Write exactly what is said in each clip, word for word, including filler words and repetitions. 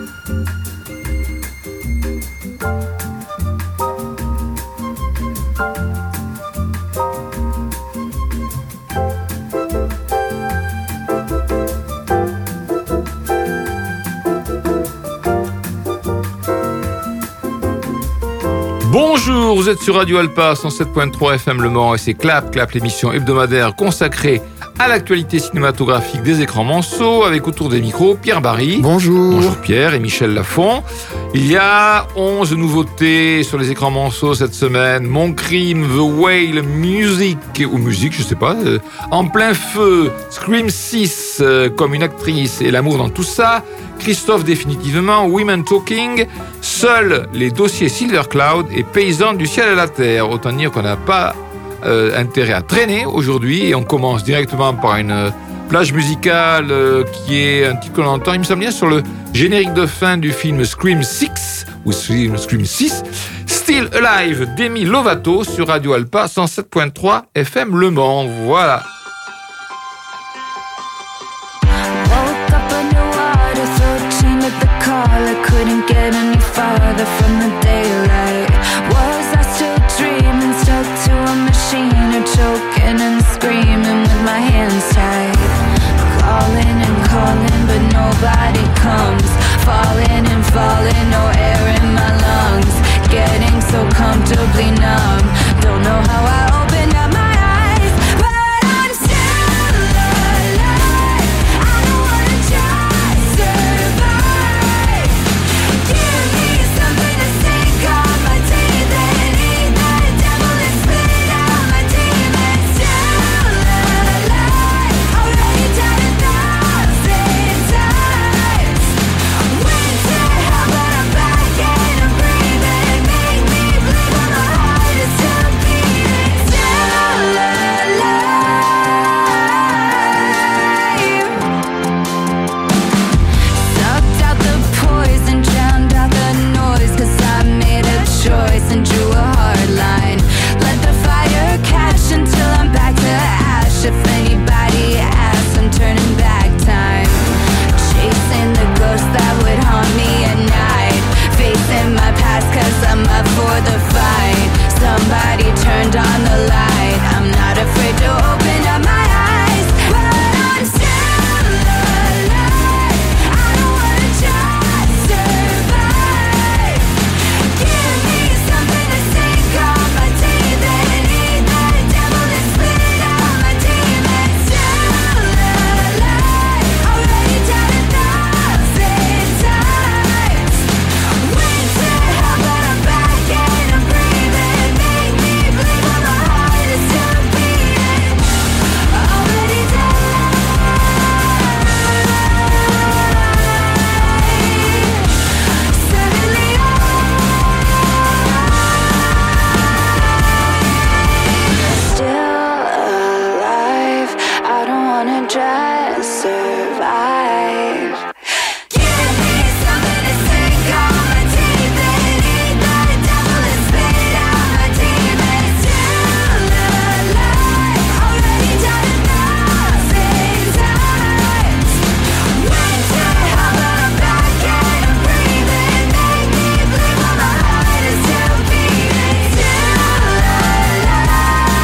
Bonjour, vous êtes sur Radio Alpa cent sept point trois F M Le Mans et c'est Clap, Clap, l'émission hebdomadaire consacrée à l'actualité cinématographique des écrans monceaux avec autour des micros Pierre Barry. Bonjour. Bonjour Pierre et Michel Lafont. Il y a onze nouveautés sur les écrans monceaux cette semaine. Mon Crime, The Whale, Music, ou musique, je sais pas, euh, En plein feu, Scream six, euh, comme une actrice et l'amour dans tout ça, Christophe définitivement, Women Talking, Seuls les dossiers Silver Cloud et Paysans du ciel à la terre. Autant dire qu'on n'a pas euh, intérêt à traîner aujourd'hui et on commence directement par une euh, plage musicale euh, qui est un titre qu'on entend, il me semble bien, sur le générique de fin du film Scream six ou Scream six, Still Alive d'Emi Lovato sur Radio Alpa cent sept point trois F M Le Mans. Voilà. I couldn't get any farther from the daylight. Was I still dreaming, stuck to a machine, or choking and screaming with my hands tied? Calling and calling, but nobody comes. Falling and falling, no air in my lungs. Getting so comfortably numb. Don't know how I opened up my eyes, but I'm still alive. I don't wanna just survive. Give me something to sink on my teeth and eat the devil and spit out my demons. Still alive, already died a thousand times. Went to hell but I'm back and I'm breathing. Make me bleed when my heart is still beating. Still alive. Sucked out the poison, drowned out the noise, 'cause I made a choice and drew a hard line. Let the fire catch until I'm back to ash. If anybody asks, I'm turning back time. Chasing the ghost that would haunt me at night. Facing my past 'cause I'm up for the fight. Somebody turned on the light. I'm not afraid to open up my eyes, but I'm still alive. I don't wanna just survive. Give me something to sink on my teeth and eat the devil and spit out my demons. Still alive, already died a thousand times. Went to hell but I'm back and I'm breathing. Make me bleed when my heart is still beating. Already died. Suddenly still alive. I don't wanna just survive. Give me something to sink on my teeth and eat the devil and spit out my demons. Still alive, already died a thousand times. Went to hell but I'm back and I'm breathing. Make me bleed when my heart is still beating. Still alive.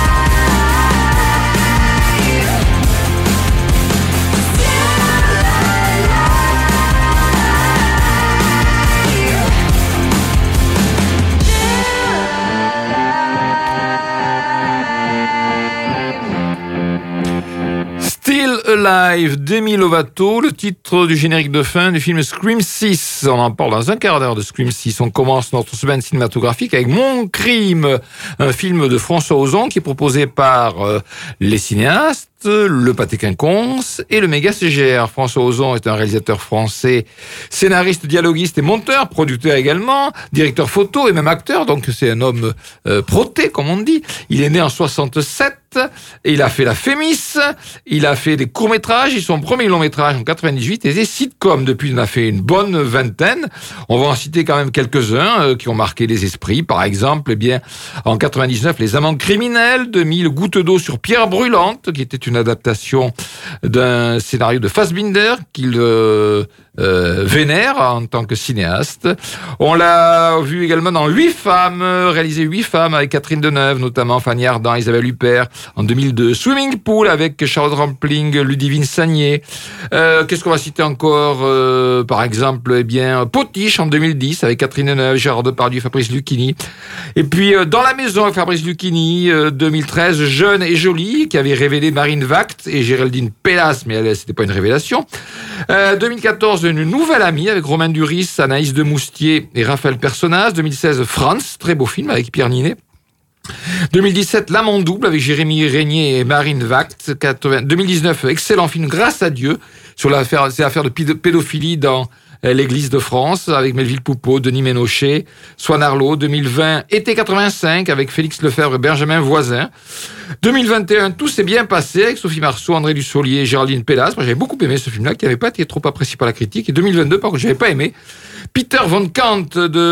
Still Alive d'Emi Lovato, le titre du générique de fin du film Scream six. On en parle dans un quart d'heure de Scream six. On commence notre semaine cinématographique avec Mon Crime, un film de François Ozon qui est proposé par euh, les cinéastes, le Pâté Quinconce et le Méga C G R. François Ozon est un réalisateur français, scénariste, dialoguiste et monteur, producteur également, directeur photo et même acteur, donc c'est un homme euh, proté, comme on dit. Il est né en soixante-sept cinéaste, et il a fait la Fémis, il a fait des courts-métrages, et son premier long-métrage en quatre-vingt-dix-huit, et des sitcoms. Depuis, il en a fait une bonne vingtaine. On va en citer quand même quelques-uns euh, qui ont marqué les esprits. Par exemple, eh bien, en quatre-vingt-dix-neuf, Les Amants criminels, deux mille, Goutte d'eau sur pierre brûlante, qui était une adaptation d'un scénario de Fassbinder, qu'il euh, euh, vénère en tant que cinéaste. On l'a vu également dans Huit femmes, réalisé Huit femmes avec Catherine Deneuve, notamment Fanny Ardant, Isabelle Huppert, en deux mille deux. Swimming Pool avec Charlotte Rampling, Ludivine Sagnier. Euh, qu'est-ce qu'on va citer encore euh, Par exemple, eh bien, Potiche en deux mille dix avec Catherine Deneuve, Gérard Depardieu, Fabrice Lucchini. Et puis, euh, Dans la maison avec Fabrice Lucchini, euh, deux mille treize, Jeune et jolie, qui avait révélé Marine Vact et Géraldine Pellas, mais elle, c'était pas une révélation. Euh, deux mille quatorze, Une nouvelle amie avec Romain Duris, Anaïs de Moustier et Raphaël Personnaz. deux mille seize, France, très beau film avec Pierre Ninet. deux mille dix-sept, L'amant double avec Jérémy Régnier et Marine Vact. deux mille dix-neuf, excellent film, Grâce à Dieu, sur l'affaire, c'est l'affaire de pédophilie dans l'Église de France, avec Melville Poupeau, Denis Ménochet, Swan Arlo. deux mille vingt, Été quatre-vingt-cinq, avec Félix Lefebvre et Benjamin Voisin. deux mille vingt et un, Tout s'est bien passé, avec Sophie Marceau, André Dussolier et Géraldine Pellas. Moi, j'avais beaucoup aimé ce film-là, qui n'avait pas été trop apprécié par la critique. Et deux mille vingt-deux, par contre, j'avais pas aimé. Peter von Kant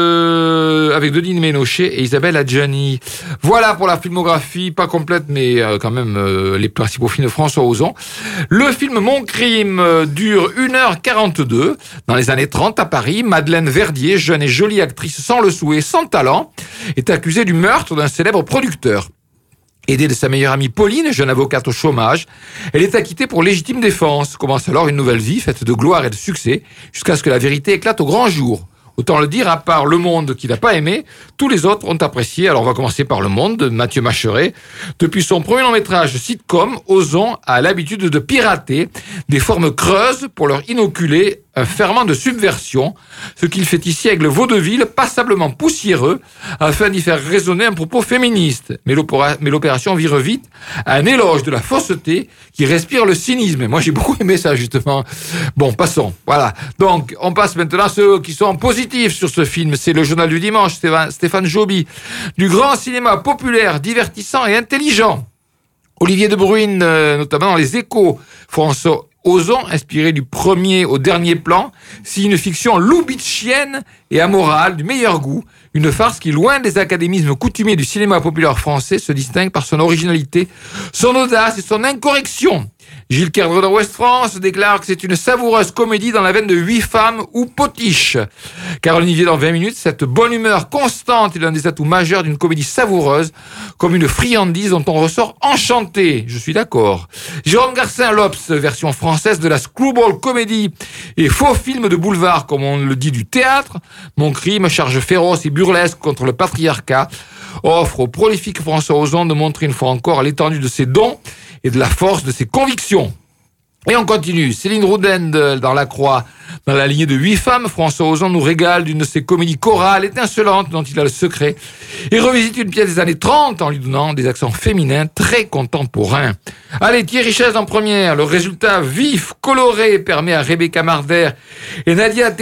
de... avec Denis Ménochet et Isabelle Adjani. Voilà pour la filmographie, pas complète, mais euh, quand même euh, les principaux films de François Ozon. Le film Mon crime euh, dure une heure quarante-deux. Dans les années trente, à Paris, Madeleine Verdier, jeune et jolie actrice sans le souhait, sans talent, est accusée du meurtre d'un célèbre producteur. Aidée de sa meilleure amie Pauline, jeune avocate au chômage, elle est acquittée pour légitime défense. Commence alors une nouvelle vie faite de gloire et de succès, jusqu'à ce que la vérité éclate au grand jour. Autant le dire, à part Le Monde qui n'a pas aimé, tous les autres ont apprécié. Alors on va commencer par Le Monde, de Mathieu Macheret. Depuis son premier long-métrage sitcom, Ozon a l'habitude de pirater des formes creuses pour leur inoculer un ferment de subversion, ce qu'il fait ici avec le vaudeville passablement poussiéreux, afin d'y faire résonner un propos féministe. Mais l'opération vire vite à un éloge de la fausseté qui respire le cynisme. Et moi, j'ai beaucoup aimé ça, justement. Bon, passons. Voilà. Donc, on passe maintenant à ceux qui sont positifs sur ce film. C'est le Journal du Dimanche, Stéphane Joby. Du grand cinéma populaire, divertissant et intelligent. Olivier de Bruyne, notamment dans Les Échos. François Ozon, inspiré du premier au dernier plan, signe une fiction loubitchienne et amorale du meilleur goût, une farce qui, loin des académismes coutumiers du cinéma populaire français, se distingue par son originalité, son audace et son incorrection. Gilles Kerdre de Ouest France déclare que c'est une savoureuse comédie dans la veine de Huit femmes ou Potiche. Caroline Olivier dans vingt minutes, cette bonne humeur constante est l'un des atouts majeurs d'une comédie savoureuse, comme une friandise dont on ressort enchanté. Je suis d'accord. Jérôme Garcin-Lops, version française de la screwball comédie et faux film de boulevard, comme on le dit du théâtre. Mon crime, charge féroce et burlesque contre le patriarcat, offre au prolifique François Ozon de montrer une fois encore l'étendue de ses dons et de la force de ses convictions. Et on continue. Céline Rouden dans La Croix, dans la lignée de Huit femmes, François Ozon nous régale d'une de ses comédies chorales étincelantes dont il a le secret et revisite une pièce des années trente en lui donnant des accents féminins très contemporains. Allez, Thierry Chaise en première. Le résultat vif, coloré, permet à Rebecca Marder et Nadia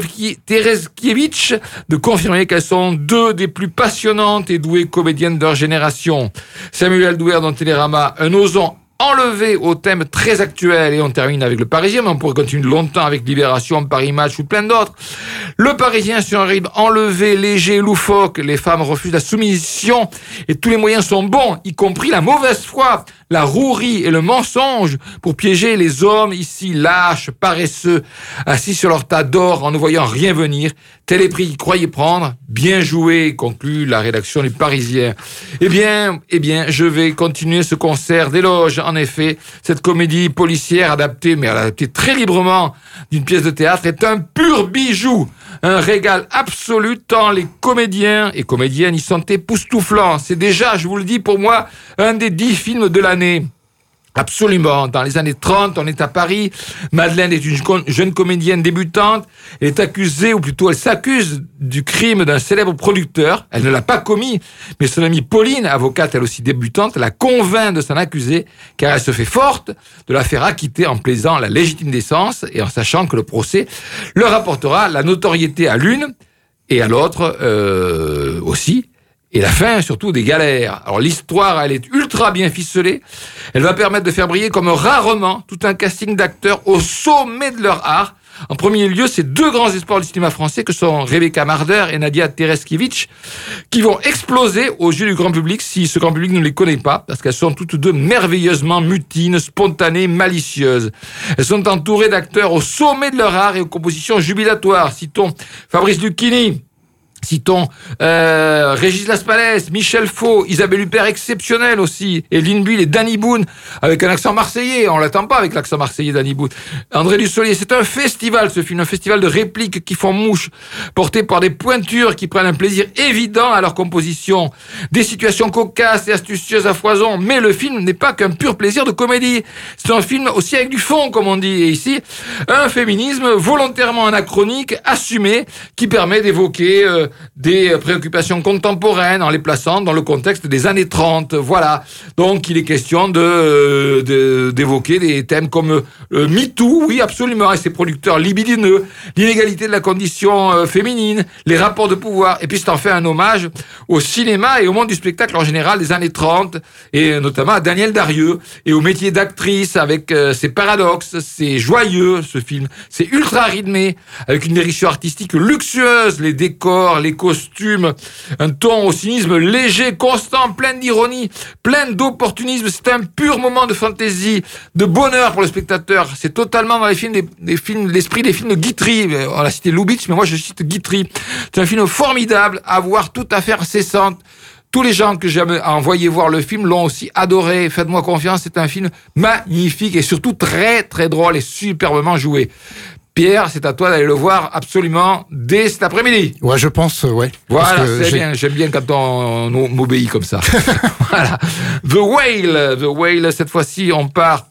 Terezkiewicz de confirmer qu'elles sont deux des plus passionnantes et douées comédiennes de leur génération. Samuel Aldouer dans Télérama, un Ozon enlevé au thème très actuel, et on termine avec Le Parisien, mais on pourrait continuer longtemps avec Libération, Paris Match ou plein d'autres. Le Parisien sur un rythme enlevé, léger, loufoque, les femmes refusent la soumission et tous les moyens sont bons, y compris la mauvaise foi, la rouerie et le mensonge pour piéger les hommes ici lâches, paresseux, assis sur leur tas d'or en ne voyant rien venir. Tel est prix qu'ils croyaient prendre. Bien joué, conclut la rédaction du Parisien. Eh bien, eh bien, je vais continuer ce concert d'éloges. En effet, cette comédie policière adaptée, mais adaptée très librement d'une pièce de théâtre, est un pur bijou. Un régal absolu tant les comédiens et comédiennes y sont époustouflants. C'est déjà, je vous le dis, pour moi, un des dix films de l'année. Absolument. Dans les années trente, on est à Paris. Madeleine est une jeune comédienne débutante. Elle est accusée, ou plutôt elle s'accuse du crime d'un célèbre producteur. Elle ne l'a pas commis, mais son amie Pauline, avocate elle aussi débutante, la convainc de s'en accuser, car elle se fait forte de la faire acquitter en plaisant la légitime défense et en sachant que le procès leur rapportera la notoriété à l'une et à l'autre euh, aussi. Et la fin, surtout, des galères. Alors l'histoire, elle est ultra bien ficelée. Elle va permettre de faire briller comme rarement tout un casting d'acteurs au sommet de leur art. En premier lieu, ces deux grands espoirs du cinéma français que sont Rebecca Marder et Nadia Tereskevich, qui vont exploser aux yeux du grand public si ce grand public ne les connaît pas, parce qu'elles sont toutes deux merveilleusement mutines, spontanées, malicieuses. Elles sont entourées d'acteurs au sommet de leur art et aux compositions jubilatoires. Citons Fabrice Lucchini, citons euh, Régis Laspalès, Michel Faux, Isabelle Huppert exceptionnelle aussi, et Lynn Bull et Danny Boone avec un accent marseillais. On l'attend pas avec l'accent marseillais, Danny Boone. André Dussolier, c'est un festival ce film, un festival de répliques qui font mouche, porté par des pointures qui prennent un plaisir évident à leur composition, des situations cocasses et astucieuses à foison. Mais le film n'est pas qu'un pur plaisir de comédie. C'est un film aussi avec du fond, comme on dit. Et ici, un féminisme volontairement anachronique, assumé, qui permet d'évoquer euh, des préoccupations contemporaines en les plaçant dans le contexte des années trente. Voilà. Donc, il est question de, de d'évoquer des thèmes comme euh, MeToo, oui, absolument, et ses producteurs libidineux, l'inégalité de la condition euh, féminine, les rapports de pouvoir. Et puis, c'est en fait un hommage au cinéma et au monde du spectacle en général des années trente, et notamment à Danielle Darieux, et au métier d'actrice avec euh, ses paradoxes. C'est joyeux, ce film. C'est ultra rythmé, avec une direction artistique luxueuse, les décors, les costumes, un ton au cynisme léger, constant, plein d'ironie, plein d'opportunisme. C'est un pur moment de fantaisie, de bonheur pour le spectateur. C'est totalement dans les films, des, des films, l'esprit des films de Guitry. On a cité Lubitsch, mais moi je cite Guitry. C'est un film formidable, à voir toute affaire cessante. Tous les gens que j'ai envoyé voir le film l'ont aussi adoré. Faites-moi confiance, c'est un film magnifique et surtout très très drôle et superbement joué. Pierre, c'est à toi d'aller le voir absolument dès cet après-midi. Ouais, je pense, euh, ouais. Voilà, c'est j'ai... bien. J'aime bien quand on, on m'obéit comme ça. Voilà. The Whale. The Whale, cette fois-ci, on part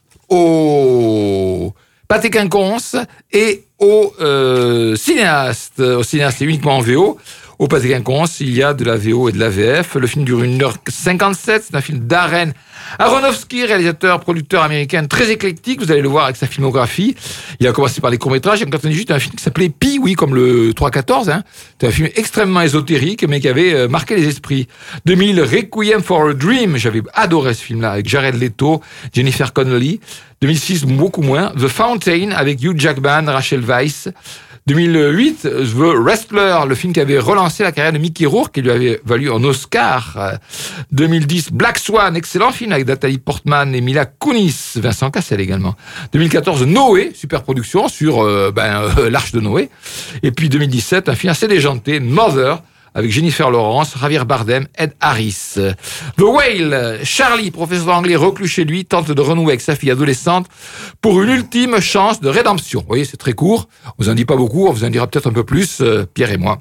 au Pâté Quinconce et au euh, cinéaste. Au cinéaste, c'est uniquement en V O. Au Pâté Quinconce, il y a de la V O et de la V F. Le film dure une heure cinquante-sept. C'est un film Darren Aronofsky, réalisateur, producteur américain très éclectique. Vous allez le voir avec sa filmographie. Il a commencé par des courts-métrages. En quatre-vingt-dix-huit, un film qui s'appelait Pi, oui, comme le trois quatorze. Hein. C'est un film extrêmement ésotérique, mais qui avait marqué les esprits. deux mille, Requiem for a Dream. J'avais adoré ce film-là, avec Jared Leto, Jennifer Connelly. deux mille six, beaucoup moins. The Fountain, avec Hugh Jackman, Rachel Weisz. deux mille huit, The Wrestler, le film qui avait relancé la carrière de Mickey Rourke, qui lui avait valu un Oscar. deux mille dix, Black Swan, excellent film avec Nathalie Portman et Mila Kunis, Vincent Cassel également. deux mille quatorze, Noé, super production sur euh, ben, euh, l'Arche de Noé. Et puis deux mille dix-sept, un film assez déjanté, Mother, avec Jennifer Lawrence, Javier Bardem, Ed Harris. The Whale, Charlie, professeur d'anglais reclus chez lui, tente de renouer avec sa fille adolescente pour une ultime chance de rédemption. Vous voyez, c'est très court, on vous en dit pas beaucoup, on vous en dira peut-être un peu plus, euh, Pierre et moi.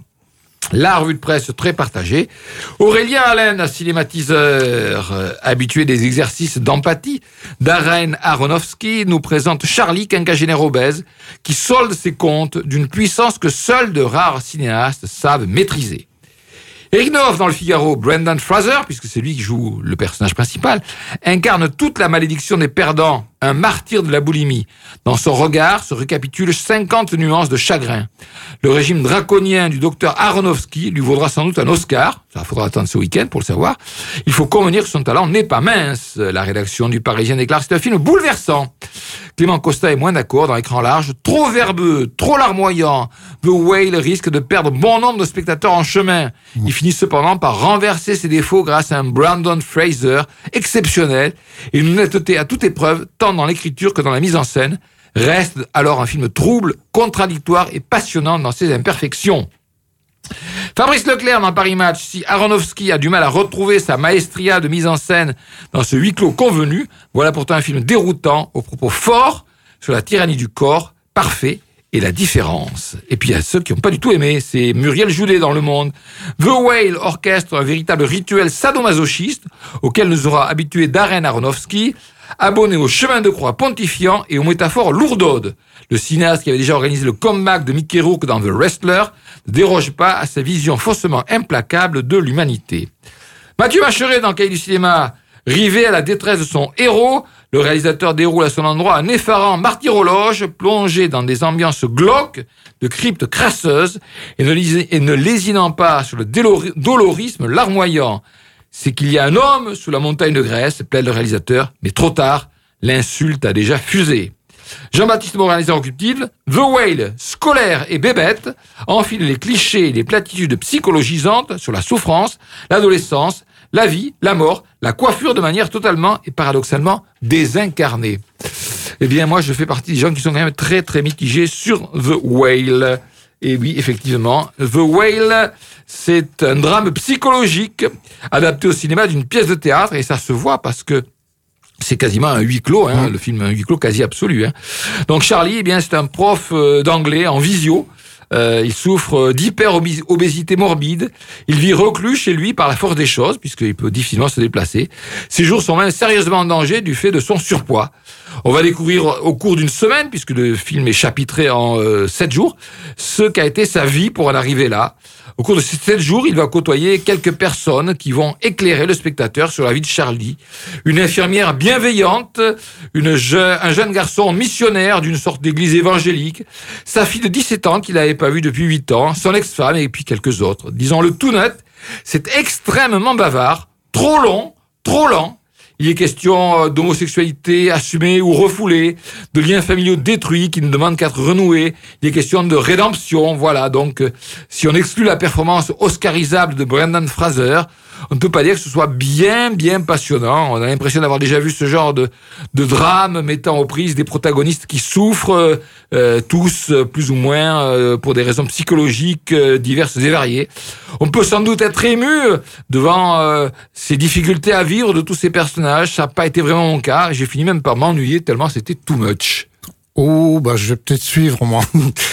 La revue de presse très partagée. Aurélien Allen, cinématiseur euh, habitué des exercices d'empathie, Darren Aronofsky nous présente Charlie, quinquagénaire obèse, qui solde ses comptes d'une puissance que seuls de rares cinéastes savent maîtriser. Eric Noff dans le Figaro, Brendan Fraser, puisque c'est lui qui joue le personnage principal, incarne toute la malédiction des perdants, un martyr de la boulimie. Dans son regard se récapitulent cinquante nuances de chagrin. Le régime draconien du docteur Aronofsky lui vaudra sans doute un Oscar. Ça faudra attendre ce week-end pour le savoir. Il faut convenir que son talent n'est pas mince. La rédaction du Parisien déclare que c'est un film bouleversant. Clément Costa est moins d'accord dans l'écran large. Trop verbeux, trop larmoyant. The Whale risque de perdre bon nombre de spectateurs en chemin. Il finit cependant par renverser ses défauts grâce à un Brandon Fraser exceptionnel et une honnêteté à toute épreuve, tant dans l'écriture que dans la mise en scène. Reste alors un film trouble, contradictoire et passionnant dans ses imperfections. Fabrice Leclerc dans Paris Match, si Aronofsky a du mal à retrouver sa maestria de mise en scène dans ce huis clos convenu, voilà pourtant un film déroutant, aux propos forts, sur la tyrannie du corps, parfait, et la différence. Et puis il y a ceux qui n'ont pas du tout aimé, c'est Muriel Joudet dans Le Monde. The Whale orchestre un véritable rituel sadomasochiste, auquel nous aura habitué Darren Aronofsky, abonné au chemin de croix pontifiant et aux métaphores lourdaudes. Le cinéaste qui avait déjà organisé le comeback de Mickey Rourke dans The Wrestler ne déroge pas à sa vision faussement implacable de l'humanité. Mathieu Macheret dans Cahiers du cinéma, rivé à la détresse de son héros, le réalisateur déroule à son endroit un effarant martyrologe plongé dans des ambiances glauques de cryptes crasseuses et ne, lisi- et ne lésinant pas sur le délori- dolorisme larmoyant. C'est qu'il y a un homme sous la montagne de Grèce, plaide le réalisateur, mais trop tard, l'insulte a déjà fusé. Jean-Baptiste Morin, les Inrecuptibles, The Whale, scolaire et bébête, enfile les clichés et les platitudes psychologisantes sur la souffrance, l'adolescence, la vie, la mort, la coiffure de manière totalement et paradoxalement désincarnée. Eh bien, moi, je fais partie des gens qui sont quand même très, très mitigés sur The Whale. Et oui, effectivement, The Whale, c'est un drame psychologique adapté au cinéma d'une pièce de théâtre, et ça se voit parce que c'est quasiment un huis clos, hein, mmh. le film un huis clos quasi absolu. Hein. Donc Charlie, eh bien, c'est un prof d'anglais en visio. Euh, il souffre d'hyper-obésité morbide. Il vit reclus chez lui par la force des choses, puisqu'il peut difficilement se déplacer. Ses jours sont même sérieusement en danger du fait de son surpoids. On va découvrir au cours d'une semaine, puisque le film est chapitré en euh, sept jours, ce qu'a été sa vie pour en arriver là. Au cours de ces sept jours, il va côtoyer quelques personnes qui vont éclairer le spectateur sur la vie de Charlie. Une infirmière bienveillante, une je- un jeune garçon missionnaire d'une sorte d'église évangélique, sa fille de dix-sept ans qu'il n'avait pas vue depuis huit ans, son ex-femme et puis quelques autres. Disons-le tout net, c'est extrêmement bavard, trop long, trop lent. Il est question d'homosexualité assumée ou refoulée, de liens familiaux détruits qui ne demandent qu'à être renoués. Il est question de rédemption, voilà. Donc, si on exclut la performance oscarisable de Brendan Fraser, on ne peut pas dire que ce soit bien, bien passionnant. On a l'impression d'avoir déjà vu ce genre de, de drame mettant aux prises des protagonistes qui souffrent, euh, tous plus ou moins euh, pour des raisons psychologiques euh, diverses et variées. On peut sans doute être ému devant euh, ces difficultés à vivre de tous ces personnages. Ça n'a pas été vraiment mon cas. J'ai fini même par m'ennuyer tellement c'était too much. Oh, bah, je vais peut-être suivre, moi.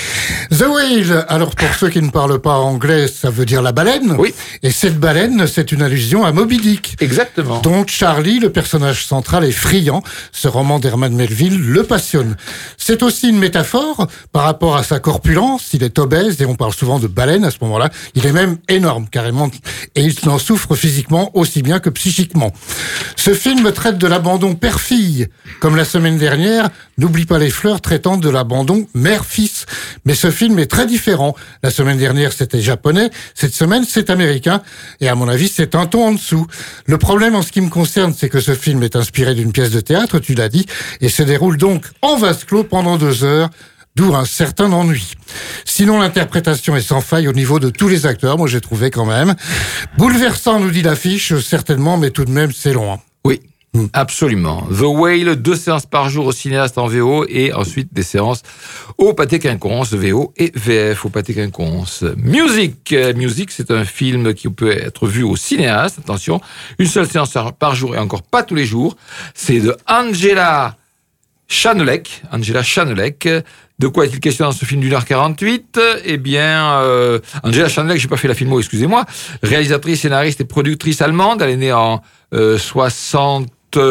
The Whale. Alors, pour ceux qui ne parlent pas anglais, ça veut dire la baleine. Oui. Et cette baleine, c'est une allusion à Moby Dick. Exactement. Donc, Charlie, le personnage central, est friand. Ce roman d'Herman Melville le passionne. C'est aussi une métaphore par rapport à sa corpulence. Il est obèse et on parle souvent de baleine à ce moment-là. Il est même énorme, carrément. Et il en souffre physiquement aussi bien que psychiquement. Ce film traite de l'abandon père-fille. Comme la semaine dernière, N'oublie pas les fleurs traitant de l'abandon mère-fils. Mais ce film est très différent. La semaine dernière, c'était japonais. Cette semaine, c'est américain. Et à mon avis, c'est un ton en dessous. Le problème en ce qui me concerne, c'est que ce film est inspiré d'une pièce de théâtre, tu l'as dit, et se déroule donc en vase clos pendant deux heures. D'où un certain ennui. Sinon, l'interprétation est sans faille au niveau de tous les acteurs. Moi, j'ai trouvé quand même. Bouleversant, nous dit l'affiche, certainement, mais tout de même, c'est long. Oui. Absolument. The Whale, deux séances par jour au cinéaste en V O et ensuite des séances au Pâté Quinconce, V O et V F au Pâté Quinconce. Music. Music, c'est un film qui peut être vu au cinéaste. Attention, une seule séance par jour et encore pas tous les jours. C'est de Angela Chanelec. Angela Chanelec. De quoi est-il question dans ce film d'une heure quarante-huit ? Eh bien, euh, Angela Chanelec, j'ai pas fait la filmo, excusez-moi, réalisatrice, scénariste et productrice allemande. Elle est née en euh, soixante,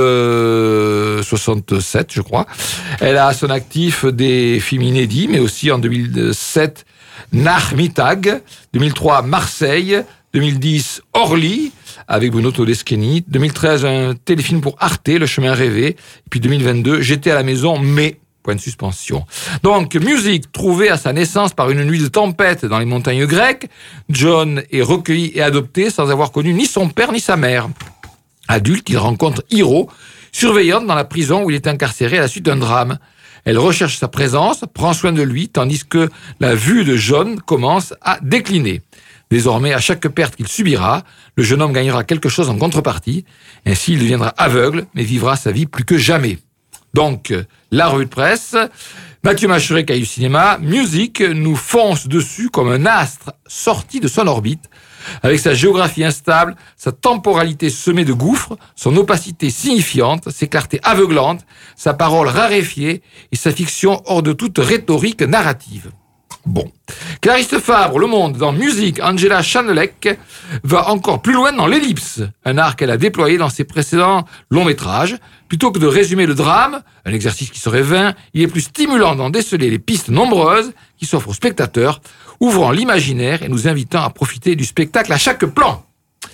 euh, soixante-sept, je crois. Elle a à son actif des films inédits, mais aussi en deux mille sept, Nachmittag, deux mille trois, Marseille, deux mille dix, Orly, avec Bruno Todeschini, deux mille treize, un téléfilm pour Arte, Le Chemin Rêvé, et puis deux mille vingt-deux, J'étais à la maison, mais... point de suspension. Donc, musique trouvée à sa naissance par une nuit de tempête dans les montagnes grecques. John est recueilli et adopté sans avoir connu ni son père ni sa mère. Adulte, il rencontre Hiro, surveillante dans la prison où il est incarcéré à la suite d'un drame. Elle recherche sa présence, prend soin de lui, tandis que la vue de John commence à décliner. Désormais, à chaque perte qu'il subira, le jeune homme gagnera quelque chose en contrepartie. Ainsi, il deviendra aveugle, mais vivra sa vie plus que jamais. Donc, la revue de presse, Mathieu Macheret, Cahiers Cinéma, Music nous fonce dessus comme un astre sorti de son orbite, avec sa géographie instable, sa temporalité semée de gouffres, son opacité signifiante, ses clartés aveuglantes, sa parole raréfiée et sa fiction hors de toute rhétorique narrative. Bon. Clarisse Fabre, Le Monde, dans Musique, Angela Chanelec va encore plus loin dans l'ellipse, un art qu'elle a déployé dans ses précédents longs métrages. Plutôt que de résumer le drame, un exercice qui serait vain, il est plus stimulant d'en déceler les pistes nombreuses qui s'offrent aux spectateurs, ouvrant l'imaginaire et nous invitant à profiter du spectacle à chaque plan.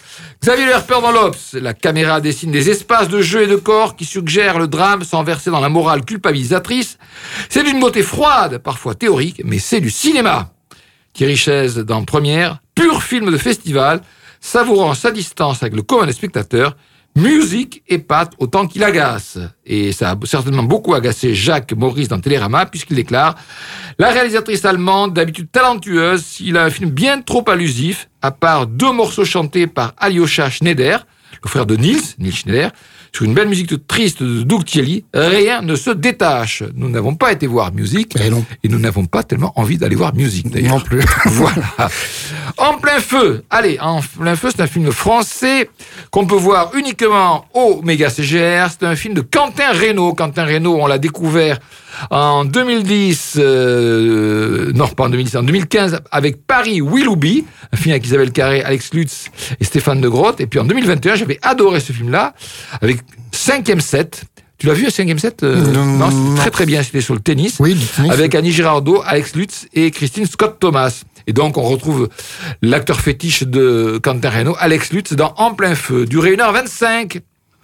Xavier Le Herpeur dans l'Obs, la caméra dessine des espaces de jeu et de corps qui suggèrent le drame sans verser dans la morale culpabilisatrice. C'est d'une beauté froide, parfois théorique, mais c'est du cinéma. Thierry Chaise dans Première, pur film de festival, savourant sa distance avec le commun des spectateurs, musique épate autant qu'il agace. Et ça a certainement beaucoup agacé Jacques Maurice dans Télérama, puisqu'il déclare « La réalisatrice allemande, d'habitude talentueuse, il a un film bien trop allusif, à part deux morceaux chantés par Alyosha Schneider, le frère de Niels, Niels Schneider, sur une belle musique triste de Doug Thielly, rien ne se détache. Nous n'avons pas été voir Music, et, non. et nous n'avons pas tellement envie d'aller voir Music, d'ailleurs. Non plus. Voilà. En plein feu. Allez, En plein feu, c'est un film français qu'on peut voir uniquement au Méga C G R. C'est un film de Quentin Reynaud. Quentin Reynaud, on l'a découvert en deux mille dix, euh, non, pas en deux mille dix, en deux mille quinze, avec Paris Willoughby, un film avec Isabelle Carré, Alex Lutz et Stéphane de Grotte. Et puis en deux mille vingt et un, j'avais adoré ce film-là, avec cinquième set. Tu l'as vu, cinquième set euh, Non, non, c'était non. très très bien, c'était sur le tennis. Oui, du tennis. Avec Annie Girardot, Alex Lutz et Christine Scott-Thomas. Et donc, on retrouve l'acteur fétiche de Quentin Reynaud, Alex Lutz, dans En plein feu. Durée une heure vingt-cinq.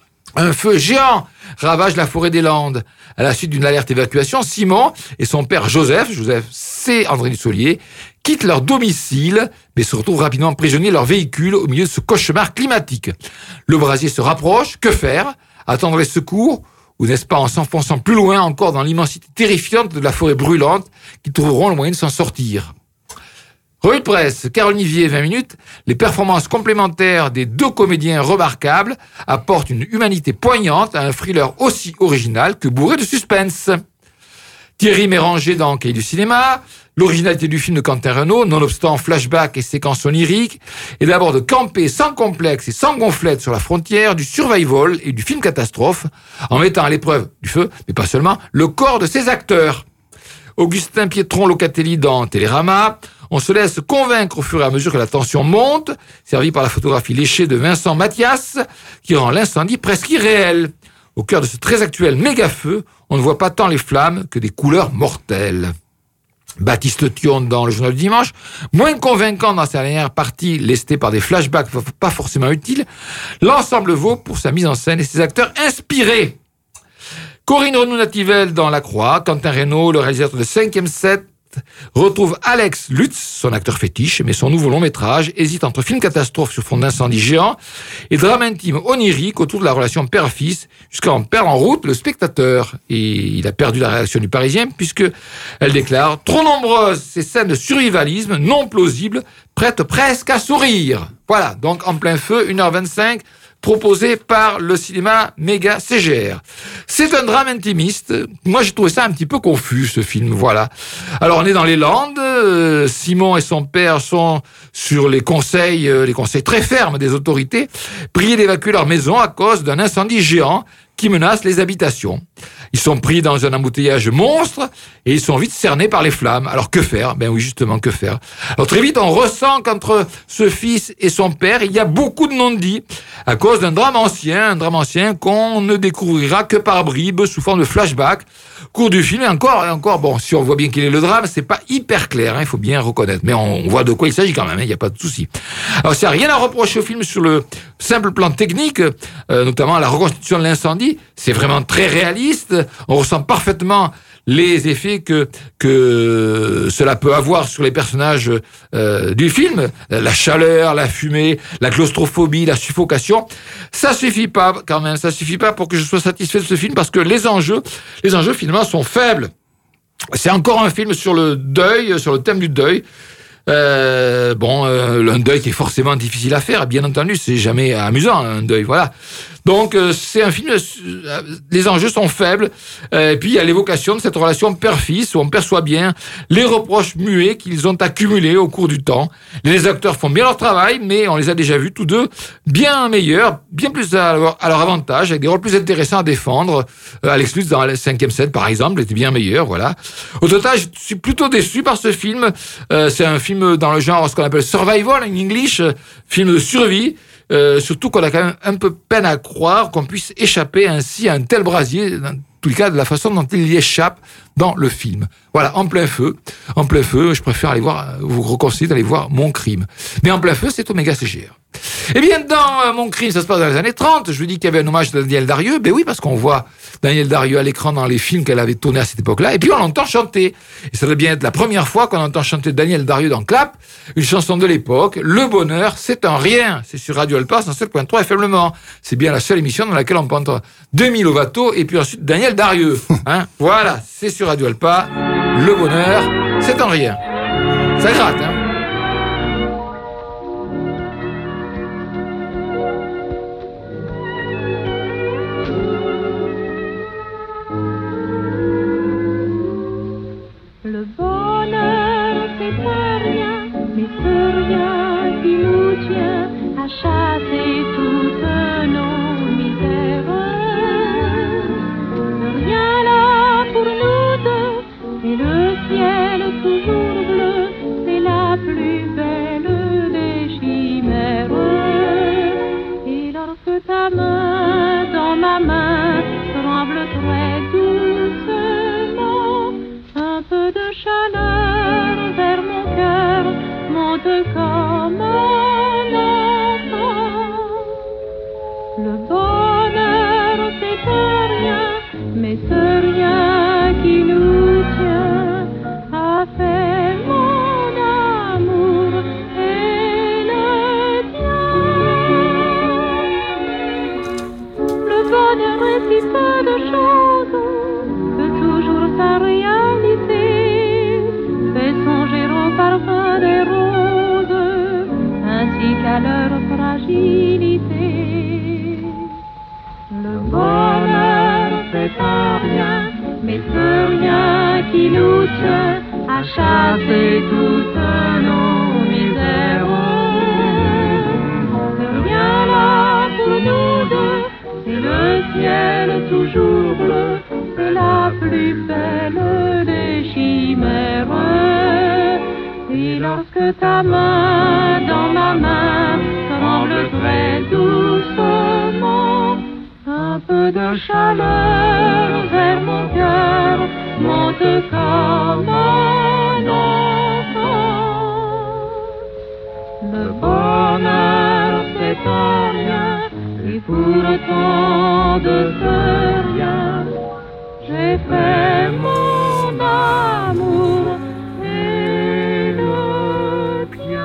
Un feu géant ravage la forêt des Landes. À la suite d'une alerte évacuation, Simon et son père Joseph, Joseph c'est André Dussolier, quittent leur domicile, mais se retrouvent rapidement prisonniers de leur véhicule au milieu de ce cauchemar climatique. Le brasier se rapproche. Que faire? Attendre les secours? Ou n'est-ce pas en s'enfonçant plus loin encore dans l'immensité terrifiante de la forêt brûlante qu'ils trouveront le moyen de s'en sortir? Revue de presse, Carole Nivier, vingt minutes. Les performances complémentaires des deux comédiens remarquables apportent une humanité poignante à un thriller aussi original que bourré de suspense. Thierry Méranger dans Cahiers du cinéma. L'originalité du film de Quentin Reynaud, nonobstant flashback et séquences oniriques, est d'abord de camper sans complexe et sans gonflette sur la frontière du survival et du film catastrophe, en mettant à l'épreuve du feu, mais pas seulement, le corps de ses acteurs. Augustin Pietron-Locatelli dans Télérama. On se laisse convaincre au fur et à mesure que la tension monte, servi par la photographie léchée de Vincent Mathias, qui rend l'incendie presque irréel. Au cœur de ce très actuel méga-feu, on ne voit pas tant les flammes que des couleurs mortelles. Baptiste Thion dans Le Journal du Dimanche, moins convaincant dans sa dernière partie, lestée par des flashbacks pas forcément utiles, l'ensemble vaut pour sa mise en scène et ses acteurs inspirés. Corinne Renou-Nativelle dans La Croix, Quentin Reynaud, le réalisateur de cinquième set, retrouve Alex Lutz, son acteur fétiche, mais son nouveau long métrage hésite entre film catastrophe sur fond d'incendie géant et drame intime onirique autour de la relation père-fils, jusqu'à en perdre en route le spectateur. Et il a perdu la réaction du Parisien, puisque elle déclare « Trop nombreuses ces scènes de survivalisme non plausibles, prêtes presque à sourire ». Voilà, donc En plein feu, une heure vingt-cinq, proposé par le cinéma Méga C G R. C'est un drame intimiste. Moi, j'ai trouvé ça un petit peu confus, ce film, voilà. Alors, on est dans les Landes. Euh, Simon et son père sont sur les conseils, euh, les conseils très fermes des autorités, priés d'évacuer leur maison à cause d'un incendie géant qui menace les habitations. Ils sont pris dans un embouteillage monstre et ils sont vite cernés par les flammes. Alors que faire? Ben oui, justement, que faire? Alors très vite, on ressent qu'entre ce fils et son père, il y a beaucoup de non-dits à cause d'un drame ancien, un drame ancien qu'on ne découvrira que par bribes sous forme de flashback. Au cours du film, et encore, et encore, bon, si on voit bien quel est le drame, c'est pas hyper clair, hein, il faut bien reconnaître. Mais on, on voit de quoi il s'agit quand même, il hein, n'y a pas de souci. Alors, s'il n'y a rien à reprocher au film sur le simple plan technique, euh, notamment la reconstitution de l'incendie, c'est vraiment très réaliste. On ressent parfaitement les effets que que cela peut avoir sur les personnages euh, du film, la chaleur, la fumée, la claustrophobie, la suffocation. Ça suffit pas quand même, ça suffit pas pour que je sois satisfait de ce film parce que les enjeux, les enjeux finalement sont faibles. C'est encore un film sur le deuil, sur le thème du deuil. Euh, bon, euh, un deuil qui est forcément difficile à faire, bien entendu, c'est jamais amusant un deuil, voilà. Donc euh, c'est un film, euh, les enjeux sont faibles, euh, et puis il y a l'évocation de cette relation père-fils où on perçoit bien les reproches muets qu'ils ont accumulés au cours du temps. Les acteurs font bien leur travail, mais on les a déjà vus tous deux bien meilleurs, bien plus à leur, à leur avantage, avec des rôles plus intéressants à défendre. Euh, Alex Lutz dans le cinquième set, par exemple, était bien meilleur, voilà. Au total, je suis plutôt déçu par ce film. Euh, c'est un film dans le genre, ce qu'on appelle survival en English, film de survie. Euh, surtout qu'on a quand même un peu peine à croire qu'on puisse échapper ainsi à un tel brasier, dans tous les cas de la façon dont il y échappe dans le film. Voilà, En plein feu. En plein feu, je préfère aller voir, vous reconseiller d'aller voir Mon crime. Mais En plein feu, c'est au Méga C G R. Eh bien, dans euh, Mon crime, ça se passe dans les années trente. Je vous dis qu'il y avait un hommage de Daniel Darieux. Ben oui, parce qu'on voit Daniel Darieux à l'écran dans les films qu'elle avait tournés à cette époque-là. Et puis, on l'entend chanter. Et ça doit bien être la première fois qu'on entend chanter Daniel Darieux dans Clap, une chanson de l'époque. Le bonheur, c'est un rien. C'est sur Radio Alpa, cent sept point trois F M Le Mans. C'est bien la seule émission dans laquelle on peut entendre Demi Lovato et puis ensuite Daniel Darieux. Hein, voilà, c'est sur Radio Alpa. Le bonheur, c'est un rien. Ça gratte, hein. Le bonheur, c'est pas rien, mais c'est rien qui nous tient à chasser toutes nos misères. Rien là pour nous deux, et le ciel toujours bleu, c'est la plus belle des chimères. Et lorsque ta main dans ma main tremble très doucement, un peu de chaleur vers mon cœur monte comme un enfant. Le bonheur, c'est un rien, mais ce rien qui nous tient a fait mon amour et le tien. Le bonheur est si peu de choses que toujours sa réalité fait songer au parfum des roses ainsi qu'à leur fragilité. Le bonheur, c'est un rien, mais ce rien qui nous tient à chasser toutes nos misères. Le rien là pour nous deux, c'est le ciel toujours bleu, c'est la plus belle des chimères. Et lorsque ta main dans ma main tremble très doucement, un peu de chaleur vers mon cœur monte comme un enfant. Le bonheur, c'est un rien, et pourtant de ce rien, j'ai fait mon amour et le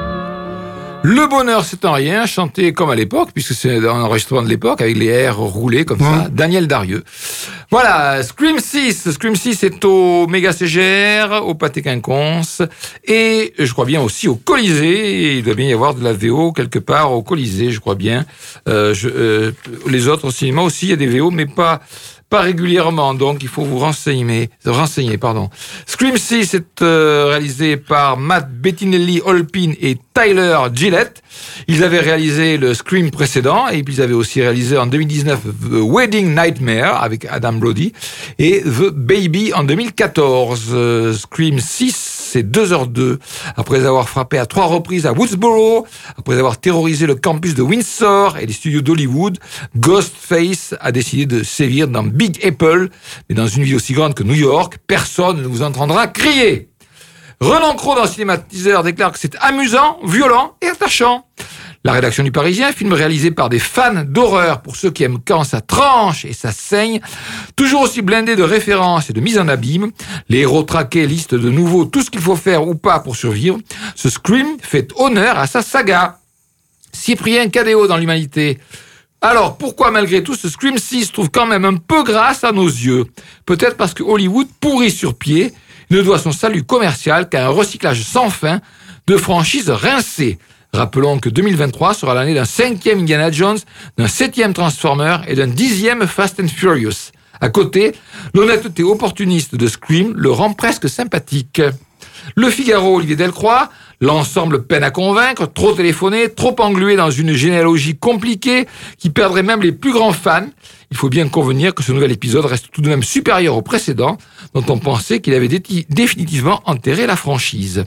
tien. Le bonheur, c'est un rien, chanté comme à l'époque, puisque c'est un enregistrement de l'époque, avec les R roulés comme ça, Daniel Darieux. Voilà, Scream six. Scream six est au Méga C G R, au Pâté Quinconce, et je crois bien aussi au Colisée. Il doit bien y avoir de la V O quelque part au Colisée, je crois bien. Euh, je, euh, les autres au cinéma aussi, il y a des V O, mais pas... pas régulièrement, donc il faut vous renseigner. renseigner pardon. Scream six est euh, réalisé par Matt Bettinelli Holpin et Tyler Gillett. Ils avaient réalisé le Scream précédent, et puis ils avaient aussi réalisé en deux mille dix-neuf The Wedding Nightmare avec Adam Brody et The Baby en deux mille quatorze. Euh, Scream six, c'est deux heures deux. Après avoir frappé à trois reprises à Woodsboro, après avoir terrorisé le campus de Windsor et les studios d'Hollywood, Ghostface a décidé de sévir dans Big Apple, mais dans une ville aussi grande que New York, personne ne vous entendra crier. Renan Cros, dans Cinématiseur, déclare que c'est amusant, violent et attachant. La rédaction du Parisien, film réalisé par des fans d'horreur pour ceux qui aiment quand ça tranche et ça saigne, toujours aussi blindé de références et de mise en abîme. Les héros traqués listent de nouveau tout ce qu'il faut faire ou pas pour survivre. Ce Scream fait honneur à sa saga. Cyprien Cadéo dans l'Humanité. Alors, pourquoi malgré tout ce Scream six trouve quand même un peu grâce à nos yeux? Peut-être parce que Hollywood, pourri sur pied, ne doit son salut commercial qu'à un recyclage sans fin de franchises rincées. Rappelons que deux mille vingt-trois sera l'année d'un cinquième Indiana Jones, d'un septième Transformer et d'un dixième Fast and Furious. À côté, l'honnêteté opportuniste de Scream le rend presque sympathique. Le Figaro, Olivier Delcroix, l'ensemble peine à convaincre, trop téléphoné, trop englué dans une généalogie compliquée qui perdrait même les plus grands fans. Il faut bien convenir que ce nouvel épisode reste tout de même supérieur au précédent, dont on pensait qu'il avait dé- définitivement enterré la franchise.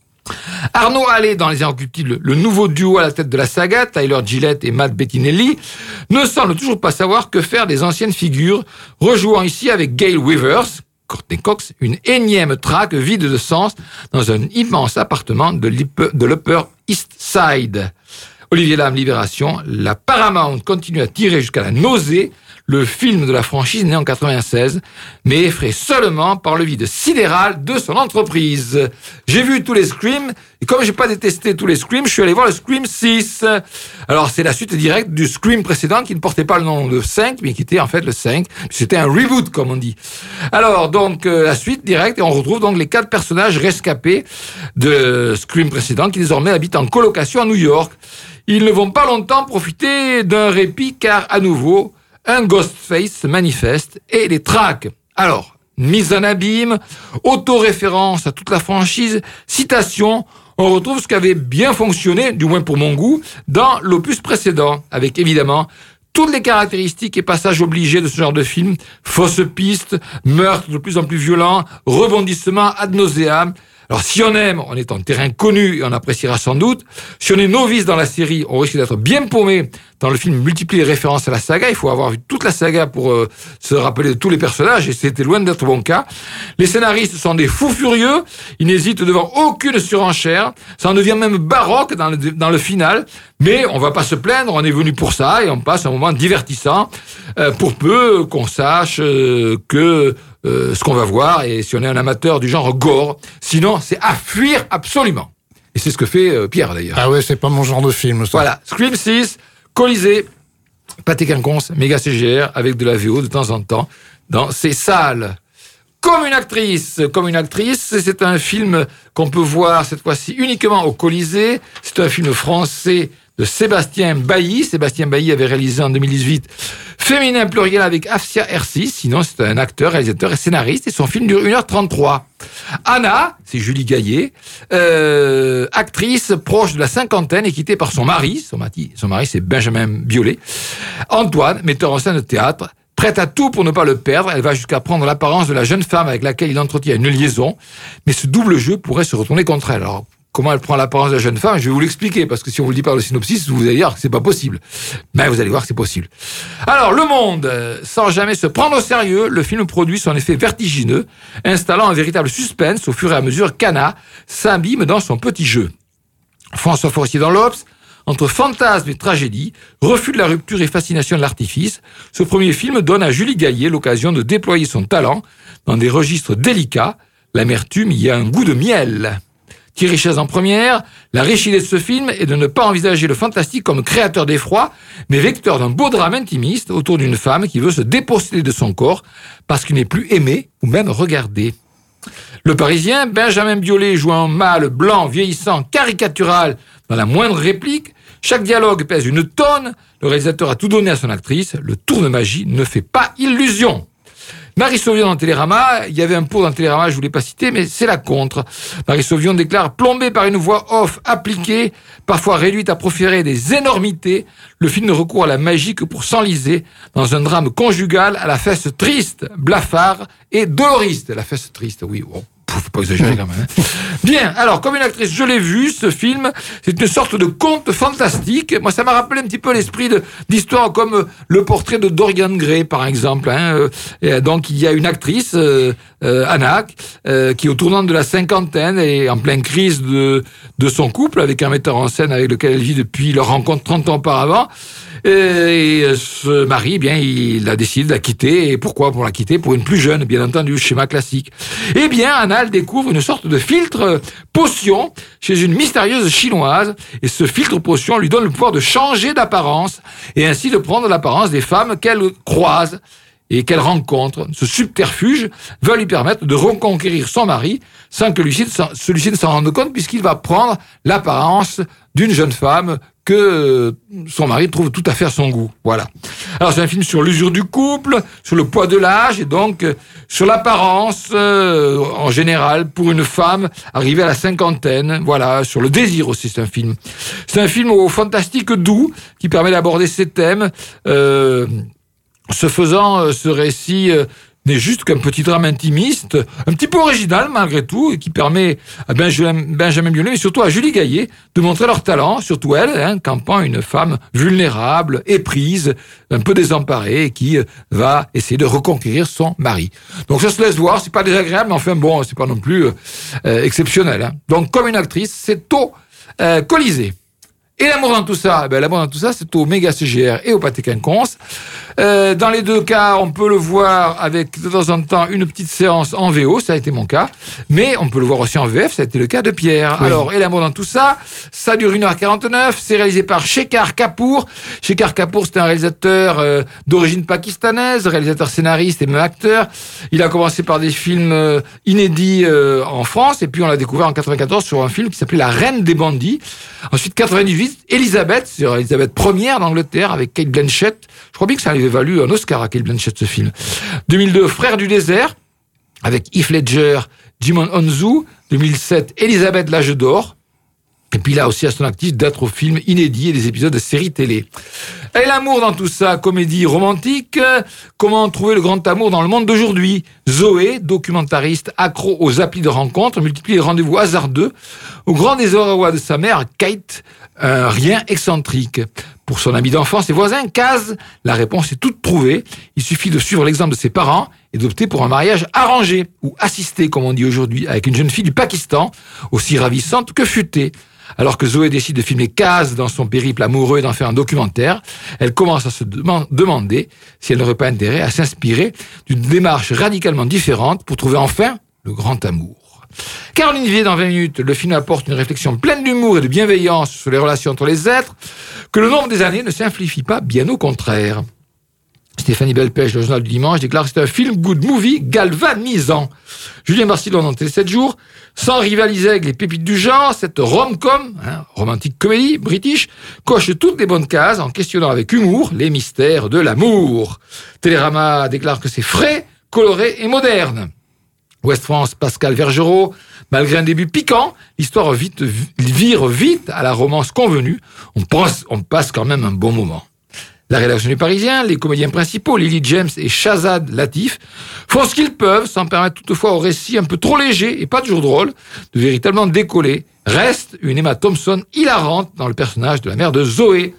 Arnaud Allais dans Les Inrecuptibles, le nouveau duo à la tête de la saga, Tyler Gillett et Matt Bettinelli, ne semble toujours pas savoir que faire des anciennes figures, rejouant ici avec Gail Weathers, Courtney Cox, une énième traque vide de sens dans un immense appartement de l'Upper East Side. Olivier Lam, Libération. La Paramount continue à tirer jusqu'à la nausée le film de la franchise né en quatre-vingt-seize, mais effrayé seulement par le vide sidéral de son entreprise. J'ai vu tous les Scream, et comme j'ai pas détesté tous les Scream, je suis allé voir le Scream six. Alors, c'est la suite directe du Scream précédent qui ne portait pas le nom de cinq, mais qui était en fait le cinq. C'était un reboot, comme on dit. Alors, donc, euh, la suite directe, et on retrouve donc les quatre personnages rescapés de Scream précédent qui désormais habitent en colocation à New York. Ils ne vont pas longtemps profiter d'un répit car, à nouveau, un Ghostface se manifeste et les traque. Alors, mise en abîme, auto-référence à toute la franchise, citation, on retrouve ce qui avait bien fonctionné, du moins pour mon goût, dans l'opus précédent, avec évidemment toutes les caractéristiques et passages obligés de ce genre de film, fausses pistes, meurtres de plus en plus violents, rebondissements ad nauseam. Alors, si on aime, on est en terrain connu et on appréciera sans doute. Si on est novice dans la série, on risque d'être bien paumé dans le film multiplie les références à la saga. Il faut avoir vu toute la saga pour euh, se rappeler de tous les personnages et c'était loin d'être mon cas. Les scénaristes sont des fous furieux. Ils n'hésitent devant aucune surenchère. Ça en devient même baroque dans le, dans le final. Mais on va pas se plaindre. On est venu pour ça et on passe un moment divertissant euh, pour peu qu'on sache euh, que Euh, ce qu'on va voir, et si on est un amateur du genre gore, sinon c'est à fuir absolument. Et c'est ce que fait euh, Pierre d'ailleurs. Ah ouais, c'est pas mon genre de film, ça. Voilà, Scream six, Colisée, pâté quinconce, méga C G R, avec de la V O de temps en temps, dans ces salles. Comme une actrice, comme une actrice, c'est un film qu'on peut voir cette fois-ci uniquement au Colisée. C'est un film français de Sébastien Bailly. Sébastien Bailly avait réalisé en deux mille dix-huit Féminin pluriel avec Afsia Hersi. Sinon, c'est un acteur, réalisateur et scénariste. Et son film dure une heure trente-trois. Anna, c'est Julie Gaillet, euh, actrice proche de la cinquantaine et quittée par son mari. Son mari, son mari c'est Benjamin Biolay. Antoine, metteur en scène de théâtre. Prête à tout pour ne pas le perdre, elle va jusqu'à prendre l'apparence de la jeune femme avec laquelle il entretient une liaison. Mais ce double jeu pourrait se retourner contre elle. Alors, comment elle prend l'apparence de la jeune femme, je vais vous l'expliquer, parce que si on vous le dit par le synopsis, vous allez dire que c'est pas possible. Mais vous allez voir que c'est possible. Alors, Le Monde, sans jamais se prendre au sérieux, le film produit son effet vertigineux, installant un véritable suspense au fur et à mesure qu'Anna s'abîme dans son petit jeu. François Forestier dans l'Obs, entre fantasme et tragédie, refus de la rupture et fascination de l'artifice, ce premier film donne à Julie Gaillet l'occasion de déployer son talent dans des registres délicats. L'amertume y a un goût de miel. Thierry Chaise en première, la riche idée de ce film est de ne pas envisager le fantastique comme créateur d'effroi, mais vecteur d'un beau drame intimiste autour d'une femme qui veut se déposséder de son corps parce qu'il n'est plus aimé ou même regardé. Le Parisien, Benjamin Biolay joue un mâle blanc, vieillissant, caricatural dans la moindre réplique. Chaque dialogue pèse une tonne. Le réalisateur a tout donné à son actrice. Le tour de magie ne fait pas illusion. Marie Sauvion dans Télérama, il y avait un pour dans Télérama, je ne voulais pas citer, mais c'est la contre. Marie Sauvion déclare, plombé par une voix off appliquée, parfois réduite à proférer des énormités, le film ne recourt à la magie que pour s'enliser dans un drame conjugal à la fesse triste, blafard et doloriste. La fesse triste, oui, bon. Faut pas exagérer quand même. Hein. Bien, alors, comme une actrice, je l'ai vu, ce film, c'est une sorte de conte fantastique. Moi, ça m'a rappelé un petit peu l'esprit de, d'histoire comme le portrait de Dorian Gray, par exemple. Hein. Et donc, il y a une actrice, euh, euh, Anna, euh, qui est au tournant de la cinquantaine et en pleine crise de, de son couple avec un metteur en scène avec lequel elle vit depuis leur rencontre trente ans auparavant. Et ce mari, eh bien, il a décidé de la quitter. Et pourquoi pour la quitter? Pour une plus jeune, bien entendu, schéma classique. Eh bien, Anna, elle découvre une sorte de filtre potion chez une mystérieuse chinoise. Et ce filtre potion lui donne le pouvoir de changer d'apparence et ainsi de prendre l'apparence des femmes qu'elle croise et qu'elle rencontre. Ce subterfuge va lui permettre de reconquérir son mari sans que celui-ci ne s'en rende compte puisqu'il va prendre l'apparence d'une jeune femme que son mari trouve tout à fait à son goût. Voilà. Alors c'est un film sur l'usure du couple, sur le poids de l'âge et donc euh, sur l'apparence euh, en général pour une femme arrivée à la cinquantaine. Voilà, sur le désir aussi c'est un film. C'est un film au fantastique doux qui permet d'aborder ces thèmes. Euh, ce faisant, ce récit euh, n'est juste qu'un petit drame intimiste, un petit peu original malgré tout, et qui permet à Benjamin, Benjamin Biolay, mais surtout à Julie Gaillet, de montrer leur talent, surtout elle, hein, campant une femme vulnérable, éprise, un peu désemparée, et qui va essayer de reconquérir son mari. Donc ça se laisse voir, c'est pas désagréable, mais enfin bon, c'est pas non plus euh, exceptionnel. Hein. Donc comme une actrice, c'est au euh, Colisée. Et l'amour dans tout ça, ben, l'amour dans tout ça, c'est au Méga C G R et au Pâté Quinconce. Euh, dans les deux cas, on peut le voir avec de temps en temps une petite séance en V O, ça a été mon cas, mais on peut le voir aussi en V F, ça a été le cas de Pierre. Oui. Alors, et l'amour dans tout ça, ça dure une heure quarante-neuf, c'est réalisé par Shekhar Kapoor. Shekhar Kapoor, c'est un réalisateur euh, d'origine pakistanaise, réalisateur scénariste et même acteur. Il a commencé par des films euh, inédits euh, en France, et puis on l'a découvert en quatre-vingt-quatorze sur un film qui s'appelait La Reine des bandits. Ensuite, quatre-vingt-dix-huit, Elisabeth, c'est Elisabeth première d'Angleterre avec Kate Blanchett. Je crois bien que ça avait valu un Oscar à Kate Blanchett, ce film. deux mille deux, Frères du désert, avec Heath Ledger, Jimon Onzu. deux mille sept, Elisabeth, l'âge d'or. Et puis là aussi à son actif d'autres films inédits et des épisodes de séries télé. Et l'amour dans tout ça, comédie romantique. Comment trouver le grand amour dans le monde d'aujourd'hui? Zoé, documentariste accro aux applis de rencontres, multiplie les rendez-vous hasardeux. Au grand désarroi de sa mère, Kate, un rien excentrique. Pour son ami d'enfance et voisin, Kaz, la réponse est toute trouvée. Il suffit de suivre l'exemple de ses parents et d'opter pour un mariage arrangé, ou assisté, comme on dit aujourd'hui, avec une jeune fille du Pakistan, aussi ravissante que futée. Alors que Zoé décide de filmer Kaz dans son périple amoureux et d'en faire un documentaire, elle commence à se dem- demander si elle n'aurait pas intérêt à s'inspirer d'une démarche radicalement différente pour trouver enfin le grand amour. Caroline Vier, dans vingt minutes, le film apporte une réflexion pleine d'humour et de bienveillance sur les relations entre les êtres, que le nombre des années ne simplifie pas, bien au contraire. Stéphanie Belpech, le journal du dimanche, déclare que c'est un film good movie galvanisant. Julien Barcillon, dans Télé sept jours, sans rivaliser avec les pépites du genre, cette rom-com, hein, romantique comédie british, coche toutes les bonnes cases en questionnant avec humour les mystères de l'amour. Télérama déclare que c'est frais, coloré et moderne. Ouest France, Pascal Vergerot, malgré un début piquant, l'histoire vite, vire vite à la romance convenue. On passe, on passe quand même un bon moment. La rédaction du Parisien, les comédiens principaux, Lily James et Shazad Latif, font ce qu'ils peuvent, sans permettre toutefois au récit un peu trop léger et pas toujours drôle, de véritablement décoller. Reste une Emma Thompson hilarante dans le personnage de la mère de Zoé.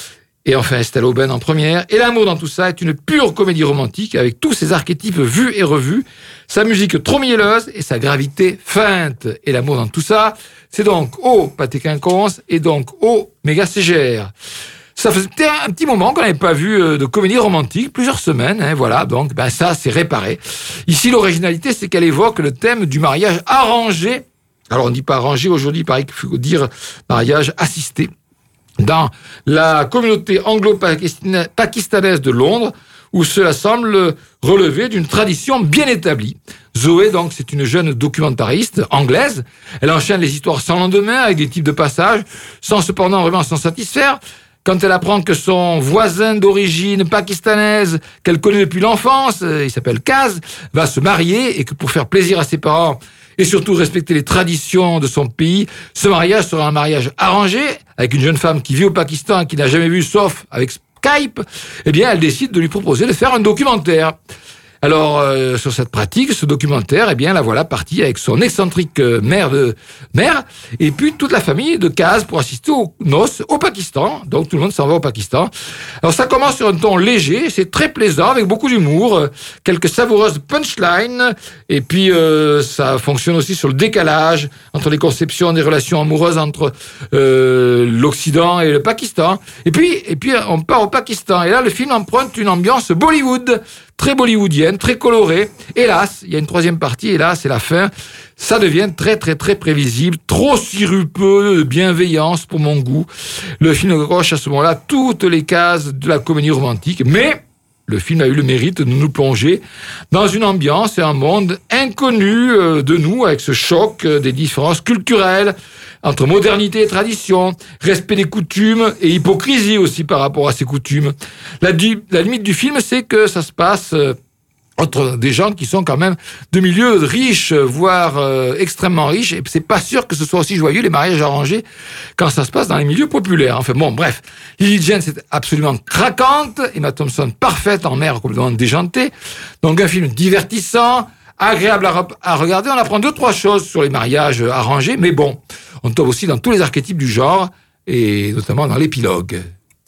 Et enfin Estelle Aubin en première. Et l'amour dans tout ça est une pure comédie romantique avec tous ses archétypes vus et revus, sa musique trop mielleuse et sa gravité feinte. Et l'amour dans tout ça, c'est donc au Pâté Quinconce et donc au Méga C G R. Ça faisait un petit moment qu'on n'avait pas vu de comédie romantique, plusieurs semaines, hein, voilà, donc ben ça c'est réparé. Ici l'originalité c'est qu'elle évoque le thème du mariage arrangé. Alors on ne dit pas arrangé aujourd'hui, il paraît qu'il faut dire mariage assisté. Dans la communauté anglo-pakistanaise de Londres, où cela semble relever d'une tradition bien établie. Zoé, donc, c'est une jeune documentariste anglaise. Elle enchaîne les histoires sans lendemain, avec des types de passages, sans cependant vraiment s'en satisfaire. Quand elle apprend que son voisin d'origine pakistanaise, qu'elle connaît depuis l'enfance, il s'appelle Kaz, va se marier et que pour faire plaisir à ses parents et surtout respecter les traditions de son pays, ce mariage sera un mariage arrangé avec une jeune femme qui vit au Pakistan et qui n'a jamais vu sauf avec Skype, eh bien elle décide de lui proposer de faire un documentaire. Alors, euh, sur cette pratique, ce documentaire, eh bien, la voilà partie avec son excentrique euh, mère de mère, et puis toute la famille de Kaz pour assister aux noces au Pakistan. Donc, tout le monde s'en va au Pakistan. Alors, ça commence sur un ton léger, c'est très plaisant, avec beaucoup d'humour, euh, quelques savoureuses punchlines, et puis euh, ça fonctionne aussi sur le décalage entre les conceptions des relations amoureuses entre euh, l'Occident et le Pakistan. Et puis, et puis, on part au Pakistan, et là, le film emprunte une ambiance Bollywood, très bollywoodienne, très colorée. Hélas, il y a une troisième partie, et là, c'est la fin. Ça devient très, très, très prévisible, trop sirupeux de bienveillance pour mon goût. Le film coche à ce moment-là toutes les cases de la comédie romantique, mais le film a eu le mérite de nous plonger dans une ambiance et un monde inconnu de nous, avec ce choc des différences culturelles entre modernité et tradition, respect des coutumes et hypocrisie aussi par rapport à ces coutumes. La, la limite du film, c'est que ça se passe euh, entre des gens qui sont quand même de milieux riches, voire euh, extrêmement riches, et c'est pas sûr que ce soit aussi joyeux les mariages arrangés quand ça se passe dans les milieux populaires. Enfin bon, bref, Lily James est absolument craquante, Emma Thompson parfaite en mère complètement déjantée, donc un film divertissant, agréable à, à regarder. On apprend deux, trois choses sur les mariages arrangés, mais bon, on tombe aussi dans tous les archétypes du genre, et notamment dans l'épilogue.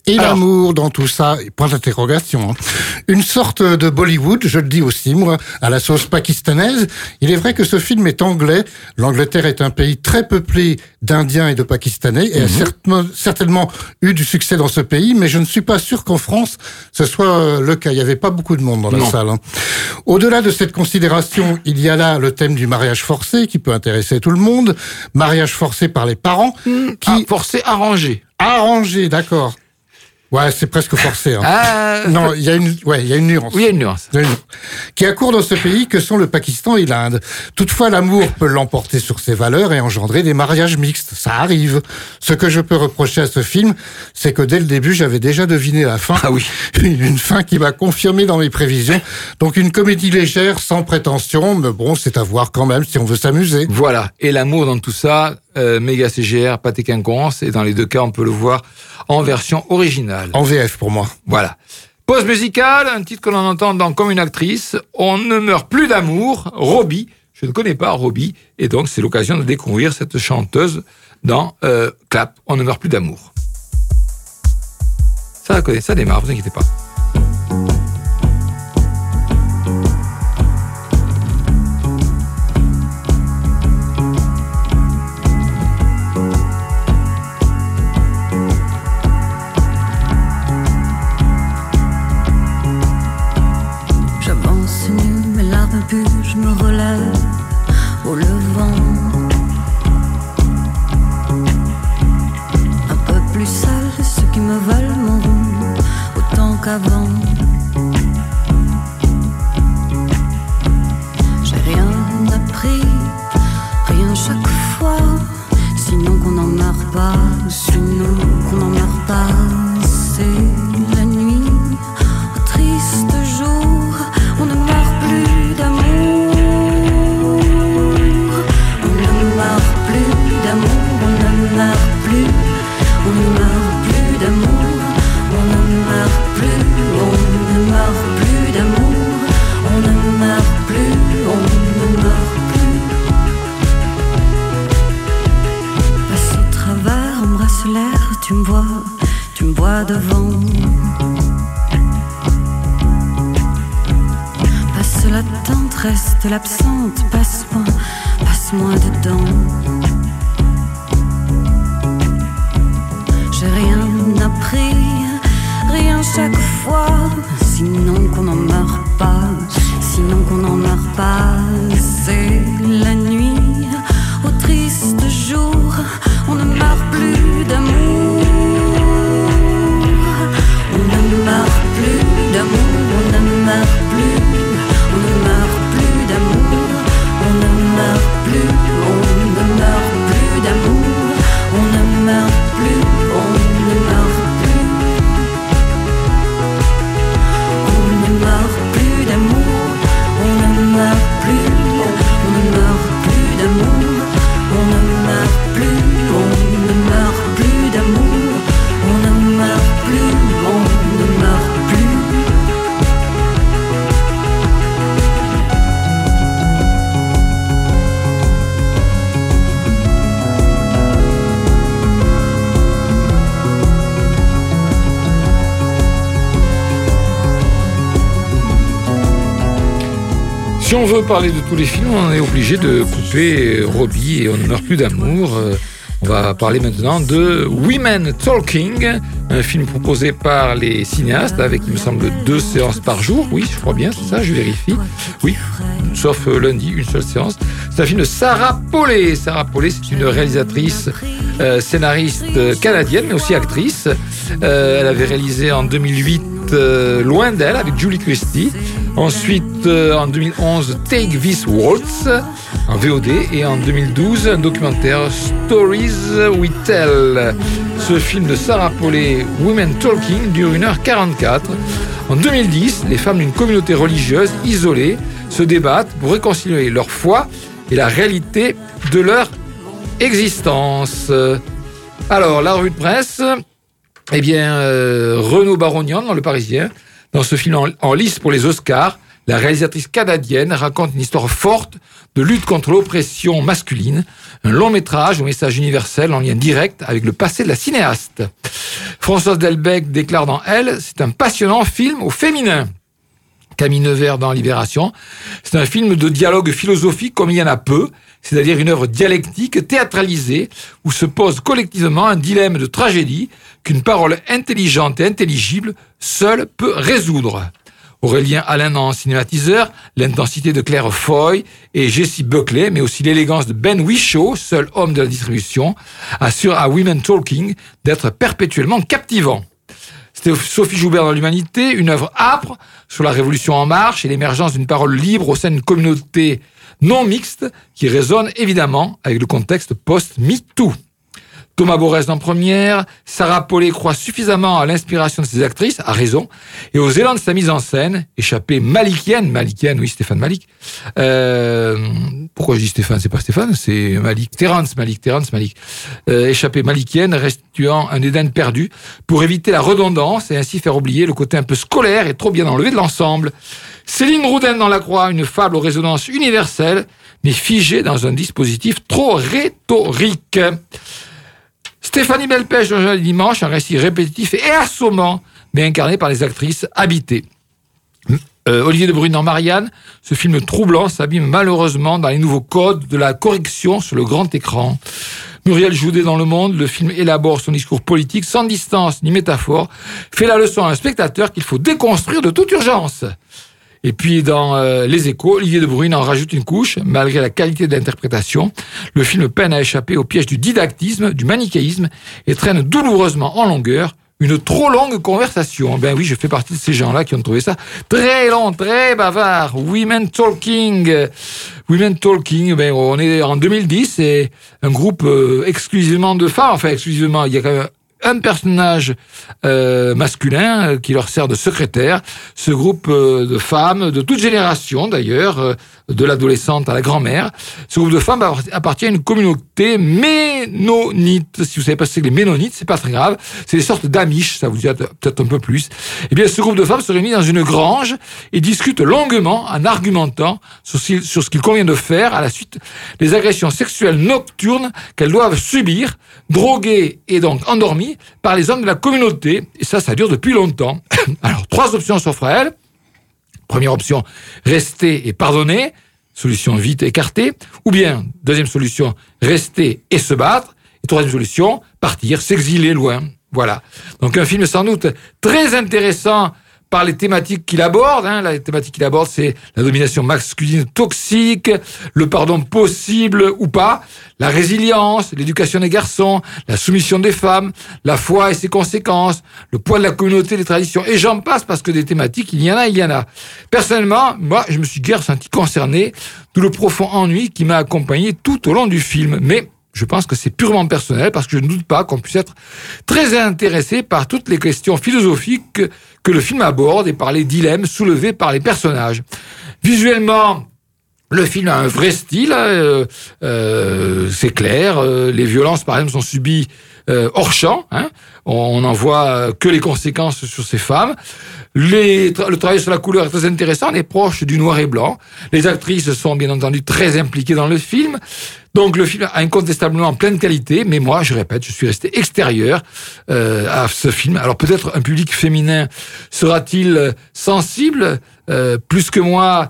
Et Alors. l'amour dans tout ça, point d'interrogation. Hein. Une sorte de Bollywood, je le dis aussi, moi, à la sauce pakistanaise. Il est vrai que ce film est anglais. L'Angleterre est un pays très peuplé d'Indiens et de Pakistanais et a certain- certainement eu du succès dans ce pays, mais je ne suis pas sûr qu'en France, ce soit le cas. Il n'y avait pas beaucoup de monde dans la Non. salle. Hein. Au-delà de cette considération, il y a là le thème du mariage forcé qui peut intéresser tout le monde. Mariage forcé par les parents qui... Ah, forcé, arrangé. Arrangé, d'accord. Ouais, c'est presque forcé. Hein. Ah, Non, il y a une, ouais, il y a une nuance. oui, il y a une nuance. Il y a une nuance. Qui accourt dans ce pays que sont le Pakistan et l'Inde. Toutefois, l'amour peut l'emporter sur ses valeurs et engendrer des mariages mixtes. Ça arrive. Ce que je peux reprocher à ce film, c'est que dès le début, j'avais déjà deviné la fin. Ah oui. Une fin qui m'a confirmé dans mes prévisions. Donc une comédie légère, sans prétention, mais bon, c'est à voir quand même si on veut s'amuser. Voilà. Et l'amour dans tout ça, euh, méga C G R, pâté quinconce. Et dans les deux cas, on peut le voir en version originale. En V F pour moi. Voilà. Pause musicale, un titre que l'on entend dans Comme une actrice. On ne meurt plus d'amour. Robbie. Je ne connais pas Robbie. Et donc, c'est l'occasion de découvrir cette chanteuse dans euh, Clap. On ne meurt plus d'amour. Ça, ça démarre, vous inquiétez pas. J'avance nu, mes larmes puent, je me relève au levant. Un peu plus seul, ceux qui me veulent m'auront autant qu'avant. J'ai rien appris, rien chaque fois. Sinon qu'on n'en meurt pas, sinon qu'on n'en meurt pas. C'est la nuit, au triste jour, on ne meurt plus d'amour. On ne meurt plus d'amour, on ne meurt plus. On ne meurt plus d'amour, on ne meurt plus. On ne meurt plus d'amour, on ne meurt plus. On ne meurt plus. Passe au travers, embrasse l'air, tu me vois, tu me vois devant. Passe l'attente, reste l'absente, passe-moi, passe-moi dedans. J'ai rien appris, rien chaque fois, sinon qu'on n'en meurt pas, sinon qu'on n'en meurt pas. C'est la nuit, au triste jour, on ne meurt plus d'amour. On ne meurt plus d'amour, on ne meurt plus. On ne meurt plus d'amour, on ne meurt plus. On ne meurt plus d'amour, on ne meurt plus. On ne meurt plus. On ne meurt plus d'amour, on ne meurt plus. On ne meurt plus d'amour, on ne meurt plus. On ne meurt plus d'amour, on ne meurt plus. On ne meurt plus. Si on veut parler de tous les films, on est obligé de couper Robbie et On ne meurt plus d'amour. Euh, On va parler maintenant de Women Talking, un film proposé par les cinéastes avec, il me semble, deux séances par jour. Oui, je crois bien, c'est ça, je vérifie. Oui, sauf euh, lundi, une seule séance. C'est un film de Sarah Polley. Sarah Polley, c'est une réalisatrice, euh, scénariste euh, canadienne, mais aussi actrice. Euh, elle avait réalisé en deux mille huit euh, Loin d'elle avec Julie Christie. Ensuite, euh, en deux mille onze, Take This Waltz en V O D. Et en deux mille douze, un documentaire Stories We Tell. Ce film de Sarah Polley, Women Talking, dure une heure quarante-quatre. En deux mille dix, les femmes d'une communauté religieuse isolée se débattent pour réconcilier leur foi et la réalité de leur existence. Alors, la revue de presse, eh bien, euh, Renaud Barognan dans Le Parisien, dans ce film en, en lice pour les Oscars, la réalisatrice canadienne raconte une histoire forte de lutte contre l'oppression masculine, un long métrage au message universel en lien direct avec le passé de la cinéaste. Françoise Delbecq déclare dans Elle, c'est un passionnant film au féminin. Camille Nevers dans Libération, c'est un film de dialogue philosophique comme il y en a peu, c'est-à-dire une œuvre dialectique théâtralisée où se pose collectivement un dilemme de tragédie qu'une parole intelligente et intelligible seule peut résoudre. Aurélien Alain en cinématiseur, l'intensité de Claire Foy et Jessie Buckley, mais aussi l'élégance de Ben Whishaw, seul homme de la distribution, assurent à Women Talking d'être perpétuellement captivant. C'était Sophie Joubert dans l'Humanité, une œuvre âpre sur la Révolution en marche et l'émergence d'une parole libre au sein d'une communauté non mixte qui résonne évidemment avec le contexte post-MeToo. Thomas Borès en première, Sarah Paulet croit suffisamment à l'inspiration de ses actrices, à raison, et aux élans de sa mise en scène, échappée malikienne, malikienne, oui, Stéphane Malik. Euh, pourquoi je dis Stéphane? C'est pas Stéphane, c'est Malik. Terrence Malik, Terrence Malik. Euh, échappée malikienne, restituant un Éden perdu, pour éviter la redondance et ainsi faire oublier le côté un peu scolaire et trop bien enlevé de l'ensemble. Céline Rouden dans La Croix, une fable aux résonances universelles, mais figée dans un dispositif trop rhétorique. Stéphanie Belpèche dans Journal du Dimanche, un récit répétitif et assommant, mais incarné par les actrices habitées. Euh, Olivier de Bruyne dans Marianne, ce film troublant s'abîme malheureusement dans les nouveaux codes de la correction sur le grand écran. Muriel Joudet dans Le Monde, le film élabore son discours politique sans distance ni métaphore, fait la leçon à un spectateur qu'il faut déconstruire de toute urgence. Et puis dans euh, Les Échos, Olivier de Bruyne en rajoute une couche, malgré la qualité de l'interprétation. Le film peine à échapper au piège du didactisme, du manichéisme, et traîne douloureusement en longueur une trop longue conversation. Ben oui, je fais partie de ces gens-là qui ont trouvé ça très long, très bavard. Women Talking. Women Talking, ben on est en deux mille dix, et un groupe euh, exclusivement de femmes, enfin exclusivement, il y a quand même un personnage euh, masculin euh, qui leur sert de secrétaire. Ce groupe euh, de femmes, de toute génération d'ailleurs, euh, de l'adolescente à la grand-mère, ce groupe de femmes appartient à une communauté ménonite. Si vous savez pas ce que c'est que les ménonites, c'est pas très grave. C'est des sortes d'amish, ça vous dit peut-être un peu plus. Eh bien, ce groupe de femmes se réunit dans une grange et discute longuement en argumentant sur, sur ce qu'il convient de faire à la suite des agressions sexuelles nocturnes qu'elles doivent subir, droguées et donc endormies par les hommes de la communauté. Et ça, ça dure depuis longtemps. Alors, trois options s'offrent à elles. Première option, rester et pardonner. Solution vite écartée. Ou bien, deuxième solution, rester et se battre. Et troisième solution, partir, s'exiler loin. Voilà. Donc un film sans doute très intéressant par les thématiques qu'il aborde. Hein. La thématique qu'il aborde, c'est la domination masculine toxique, le pardon possible ou pas, la résilience, l'éducation des garçons, la soumission des femmes, la foi et ses conséquences, le poids de la communauté, les traditions, et j'en passe parce que des thématiques, il y en a, il y en a. Personnellement, moi, je me suis guère senti concerné, d'où le profond ennui qui m'a accompagné tout au long du film. Mais je pense que c'est purement personnel parce que je ne doute pas qu'on puisse être très intéressé par toutes les questions philosophiques que, que le film aborde et par les dilemmes soulevés par les personnages. Visuellement, le film a un vrai style, euh, euh, c'est clair. Euh, les violences, par exemple, sont subies euh, hors champ. Hein. On n'en voit que les conséquences sur ces femmes. Les, le travail sur la couleur est très intéressant, on est proche du noir et blanc. Les actrices sont bien entendu très impliquées dans le film. Donc le film a incontestablement plein de qualités, mais moi, je répète, je suis resté extérieur euh, à ce film. Alors peut-être un public féminin sera-t-il sensible euh, plus que moi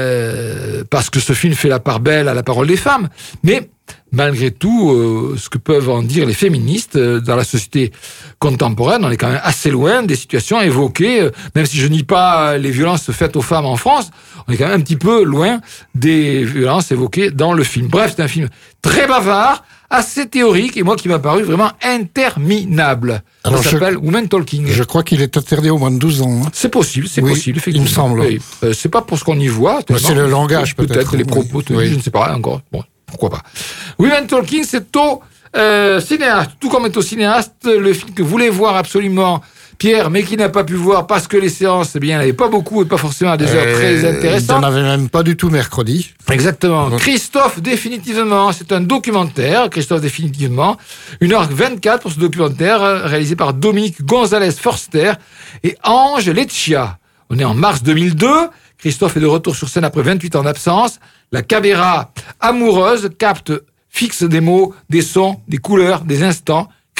euh, parce que ce film fait la part belle à la parole des femmes, mais malgré tout, euh, ce que peuvent en dire les féministes euh, dans la société contemporaine, on est quand même assez loin des situations évoquées, euh, même si je nie pas euh, les violences faites aux femmes en France, on est quand même un petit peu loin des violences évoquées dans le film. Bref, c'est un film très bavard, assez théorique, et moi qui m'a paru vraiment interminable. Alors Ça je, s'appelle Women Talking. Je crois qu'il est interdit au moins de douze ans. Hein. C'est possible, c'est Oui, possible, effectivement. il me semble. Oui. Euh, c'est pas pour ce qu'on y voit. Mais c'est le langage, peut-être. Peut-être les propos, Oui. Oui. je ne sais pas encore. Bon, pourquoi pas. Women Talking, c'est au euh, cinéaste, tout comme est au cinéaste, le film que voulait voir absolument Pierre, mais qui n'a pas pu voir parce que les séances, eh bien, il n'y en avait pas beaucoup et pas forcément à des heures Euh, très Il n'y intéressantes. en avait même pas du tout mercredi. Exactement. Donc- Christophe, définitivement, c'est un documentaire. Christophe, définitivement. une heure vingt-quatre pour ce documentaire euh, réalisé par Dominique Gonzalez-Forster et Ange Leccia. On est en mars deux mille deux. Christophe est de retour sur scène après vingt-huit ans d'absence. La caméra amoureuse capte, fixe des mots, des sons, des couleurs, des instants.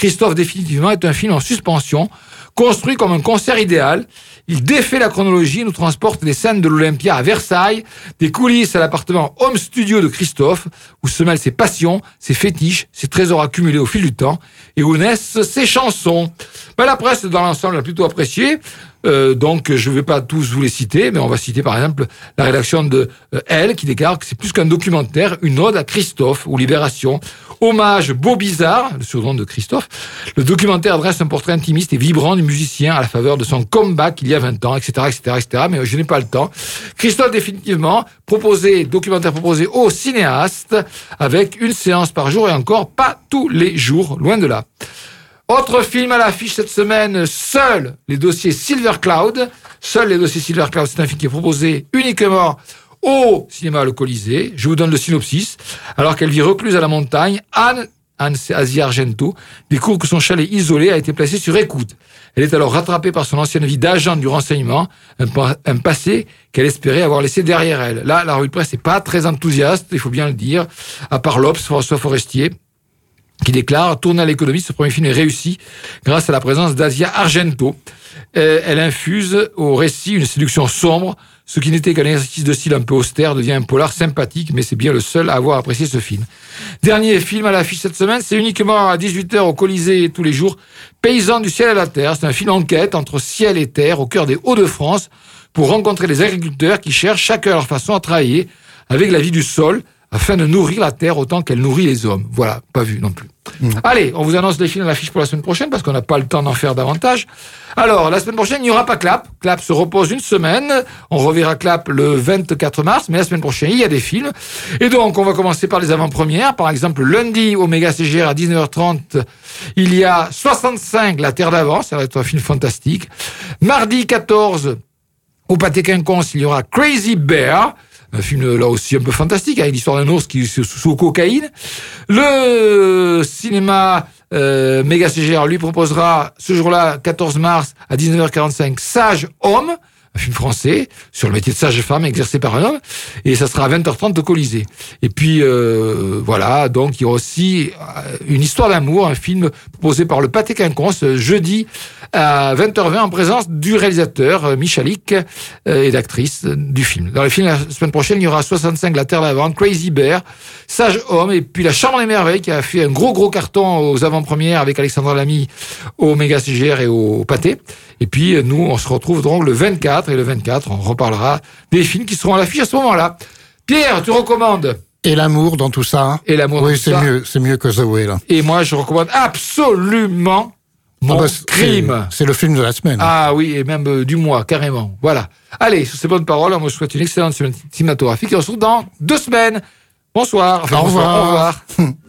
Christophe définitivement est un film en suspension, construit comme un concert idéal. Il défait la chronologie et nous transporte des scènes de l'Olympia à Versailles, des coulisses à l'appartement home studio de Christophe, où se mêlent ses passions, ses fétiches, ses trésors accumulés au fil du temps, et où naissent ses chansons. Ben, la presse, dans l'ensemble, a plutôt apprécié. Euh, donc, je ne vais pas tous vous les citer, mais on va citer par exemple la rédaction de euh, Elle, qui déclare que c'est plus qu'un documentaire, une ode à Christophe, ou Libération. Hommage Beau Bizarre, le surnom de Christophe. Le documentaire dresse un portrait intimiste et vibrant du musicien à la faveur de son comeback il y a vingt ans, et cetera, et cetera, et cetera. Mais je n'ai pas le temps. Christophe, définitivement, proposé, documentaire proposé aux cinéastes, avec une séance par jour et encore pas tous les jours, loin de là. Autre film à l'affiche cette semaine, Seuls les dossiers Silver Cloud. Seuls les dossiers Silver Cloud, c'est un film qui est proposé uniquement au cinéma Le Colisée. Je vous donne le synopsis. Alors qu'elle vit recluse à la montagne, Anne, Anne Asia Argento, découvre que son chalet isolé a été placé sur écoute. Elle est alors rattrapée par son ancienne vie d'agent du renseignement, un, un passé qu'elle espérait avoir laissé derrière elle. Là, la revue de presse n'est pas très enthousiaste, il faut bien le dire, à part l'Obs, François Forestier, qui déclare « Tourné à l'économie, ce premier film est réussi grâce à la présence d'Asia Argento. Euh, elle infuse au récit une séduction sombre, ce qui n'était qu'un exercice de style un peu austère devient un polar sympathique, mais c'est bien le seul à avoir apprécié ce film. Dernier film à l'affiche cette semaine, c'est uniquement à dix-huit heures au Colisée tous les jours, Paysans du ciel à la terre. C'est un film enquête entre ciel et terre au cœur des Hauts-de-France pour rencontrer les agriculteurs qui cherchent chacun à leur façon à travailler avec la vie du sol, afin de nourrir la terre autant qu'elle nourrit les hommes. Voilà, pas vu non plus. Mmh. Allez, on vous annonce les films à l'affiche pour la semaine prochaine, parce qu'on n'a pas le temps d'en faire davantage. Alors, la semaine prochaine, il n'y aura pas Clap. Clap se repose une semaine. On reverra Clap le vingt-quatre mars, mais la semaine prochaine, il y a des films. Et donc, on va commencer par les avant-premières. Par exemple, lundi, au Méga C G R à dix-neuf heures trente, il y a soixante-cinq, La Terre d'avant. Ça va être un film fantastique. Mardi quatorze, au Pâté Quinconce, il y aura Crazy Bear. Un film là aussi un peu fantastique, avec l'histoire d'un ours qui est sous, sous cocaïne. Le cinéma euh, Méga C G R lui proposera ce jour-là, quatorze mars, à dix-neuf heures quarante-cinq, Sage Homme, un film français sur le métier de sage-femme exercé par un homme, et ça sera à vingt heures trente au Colisée. Et puis euh, voilà, donc il y aura aussi une histoire d'amour, un film proposé par le Pâté Quinconce, jeudi à vingt heures vingt en présence du réalisateur Michalik euh, et d'actrice du film. Dans le film, la semaine prochaine, il y aura soixante-cinq, La Terre d'avant, Crazy Bear, Sage Homme, et puis La Chambre des Merveilles qui a fait un gros gros carton aux avant-premières avec Alexandra Lamy au Méga C G R et au Pâté. Et puis nous, on se retrouve donc le vingt-quatre, et le vingt-quatre, on reparlera des films qui seront à l'affiche à ce moment-là. Pierre, tu recommandes? Et l'amour dans tout ça. Et l'amour oui, dans tout c'est ça. mieux, c'est mieux que The Way, là. Et moi, je recommande absolument Mon Ah bah, crime. C'est, c'est le film de la semaine. Ah oui, et même euh, du mois, carrément. Voilà. Allez, sur ces bonnes paroles, on vous souhaite une excellente semaine cinématographique et on se retrouve dans deux semaines. Bonsoir. Enfin, Au bonsoir. revoir. Au revoir.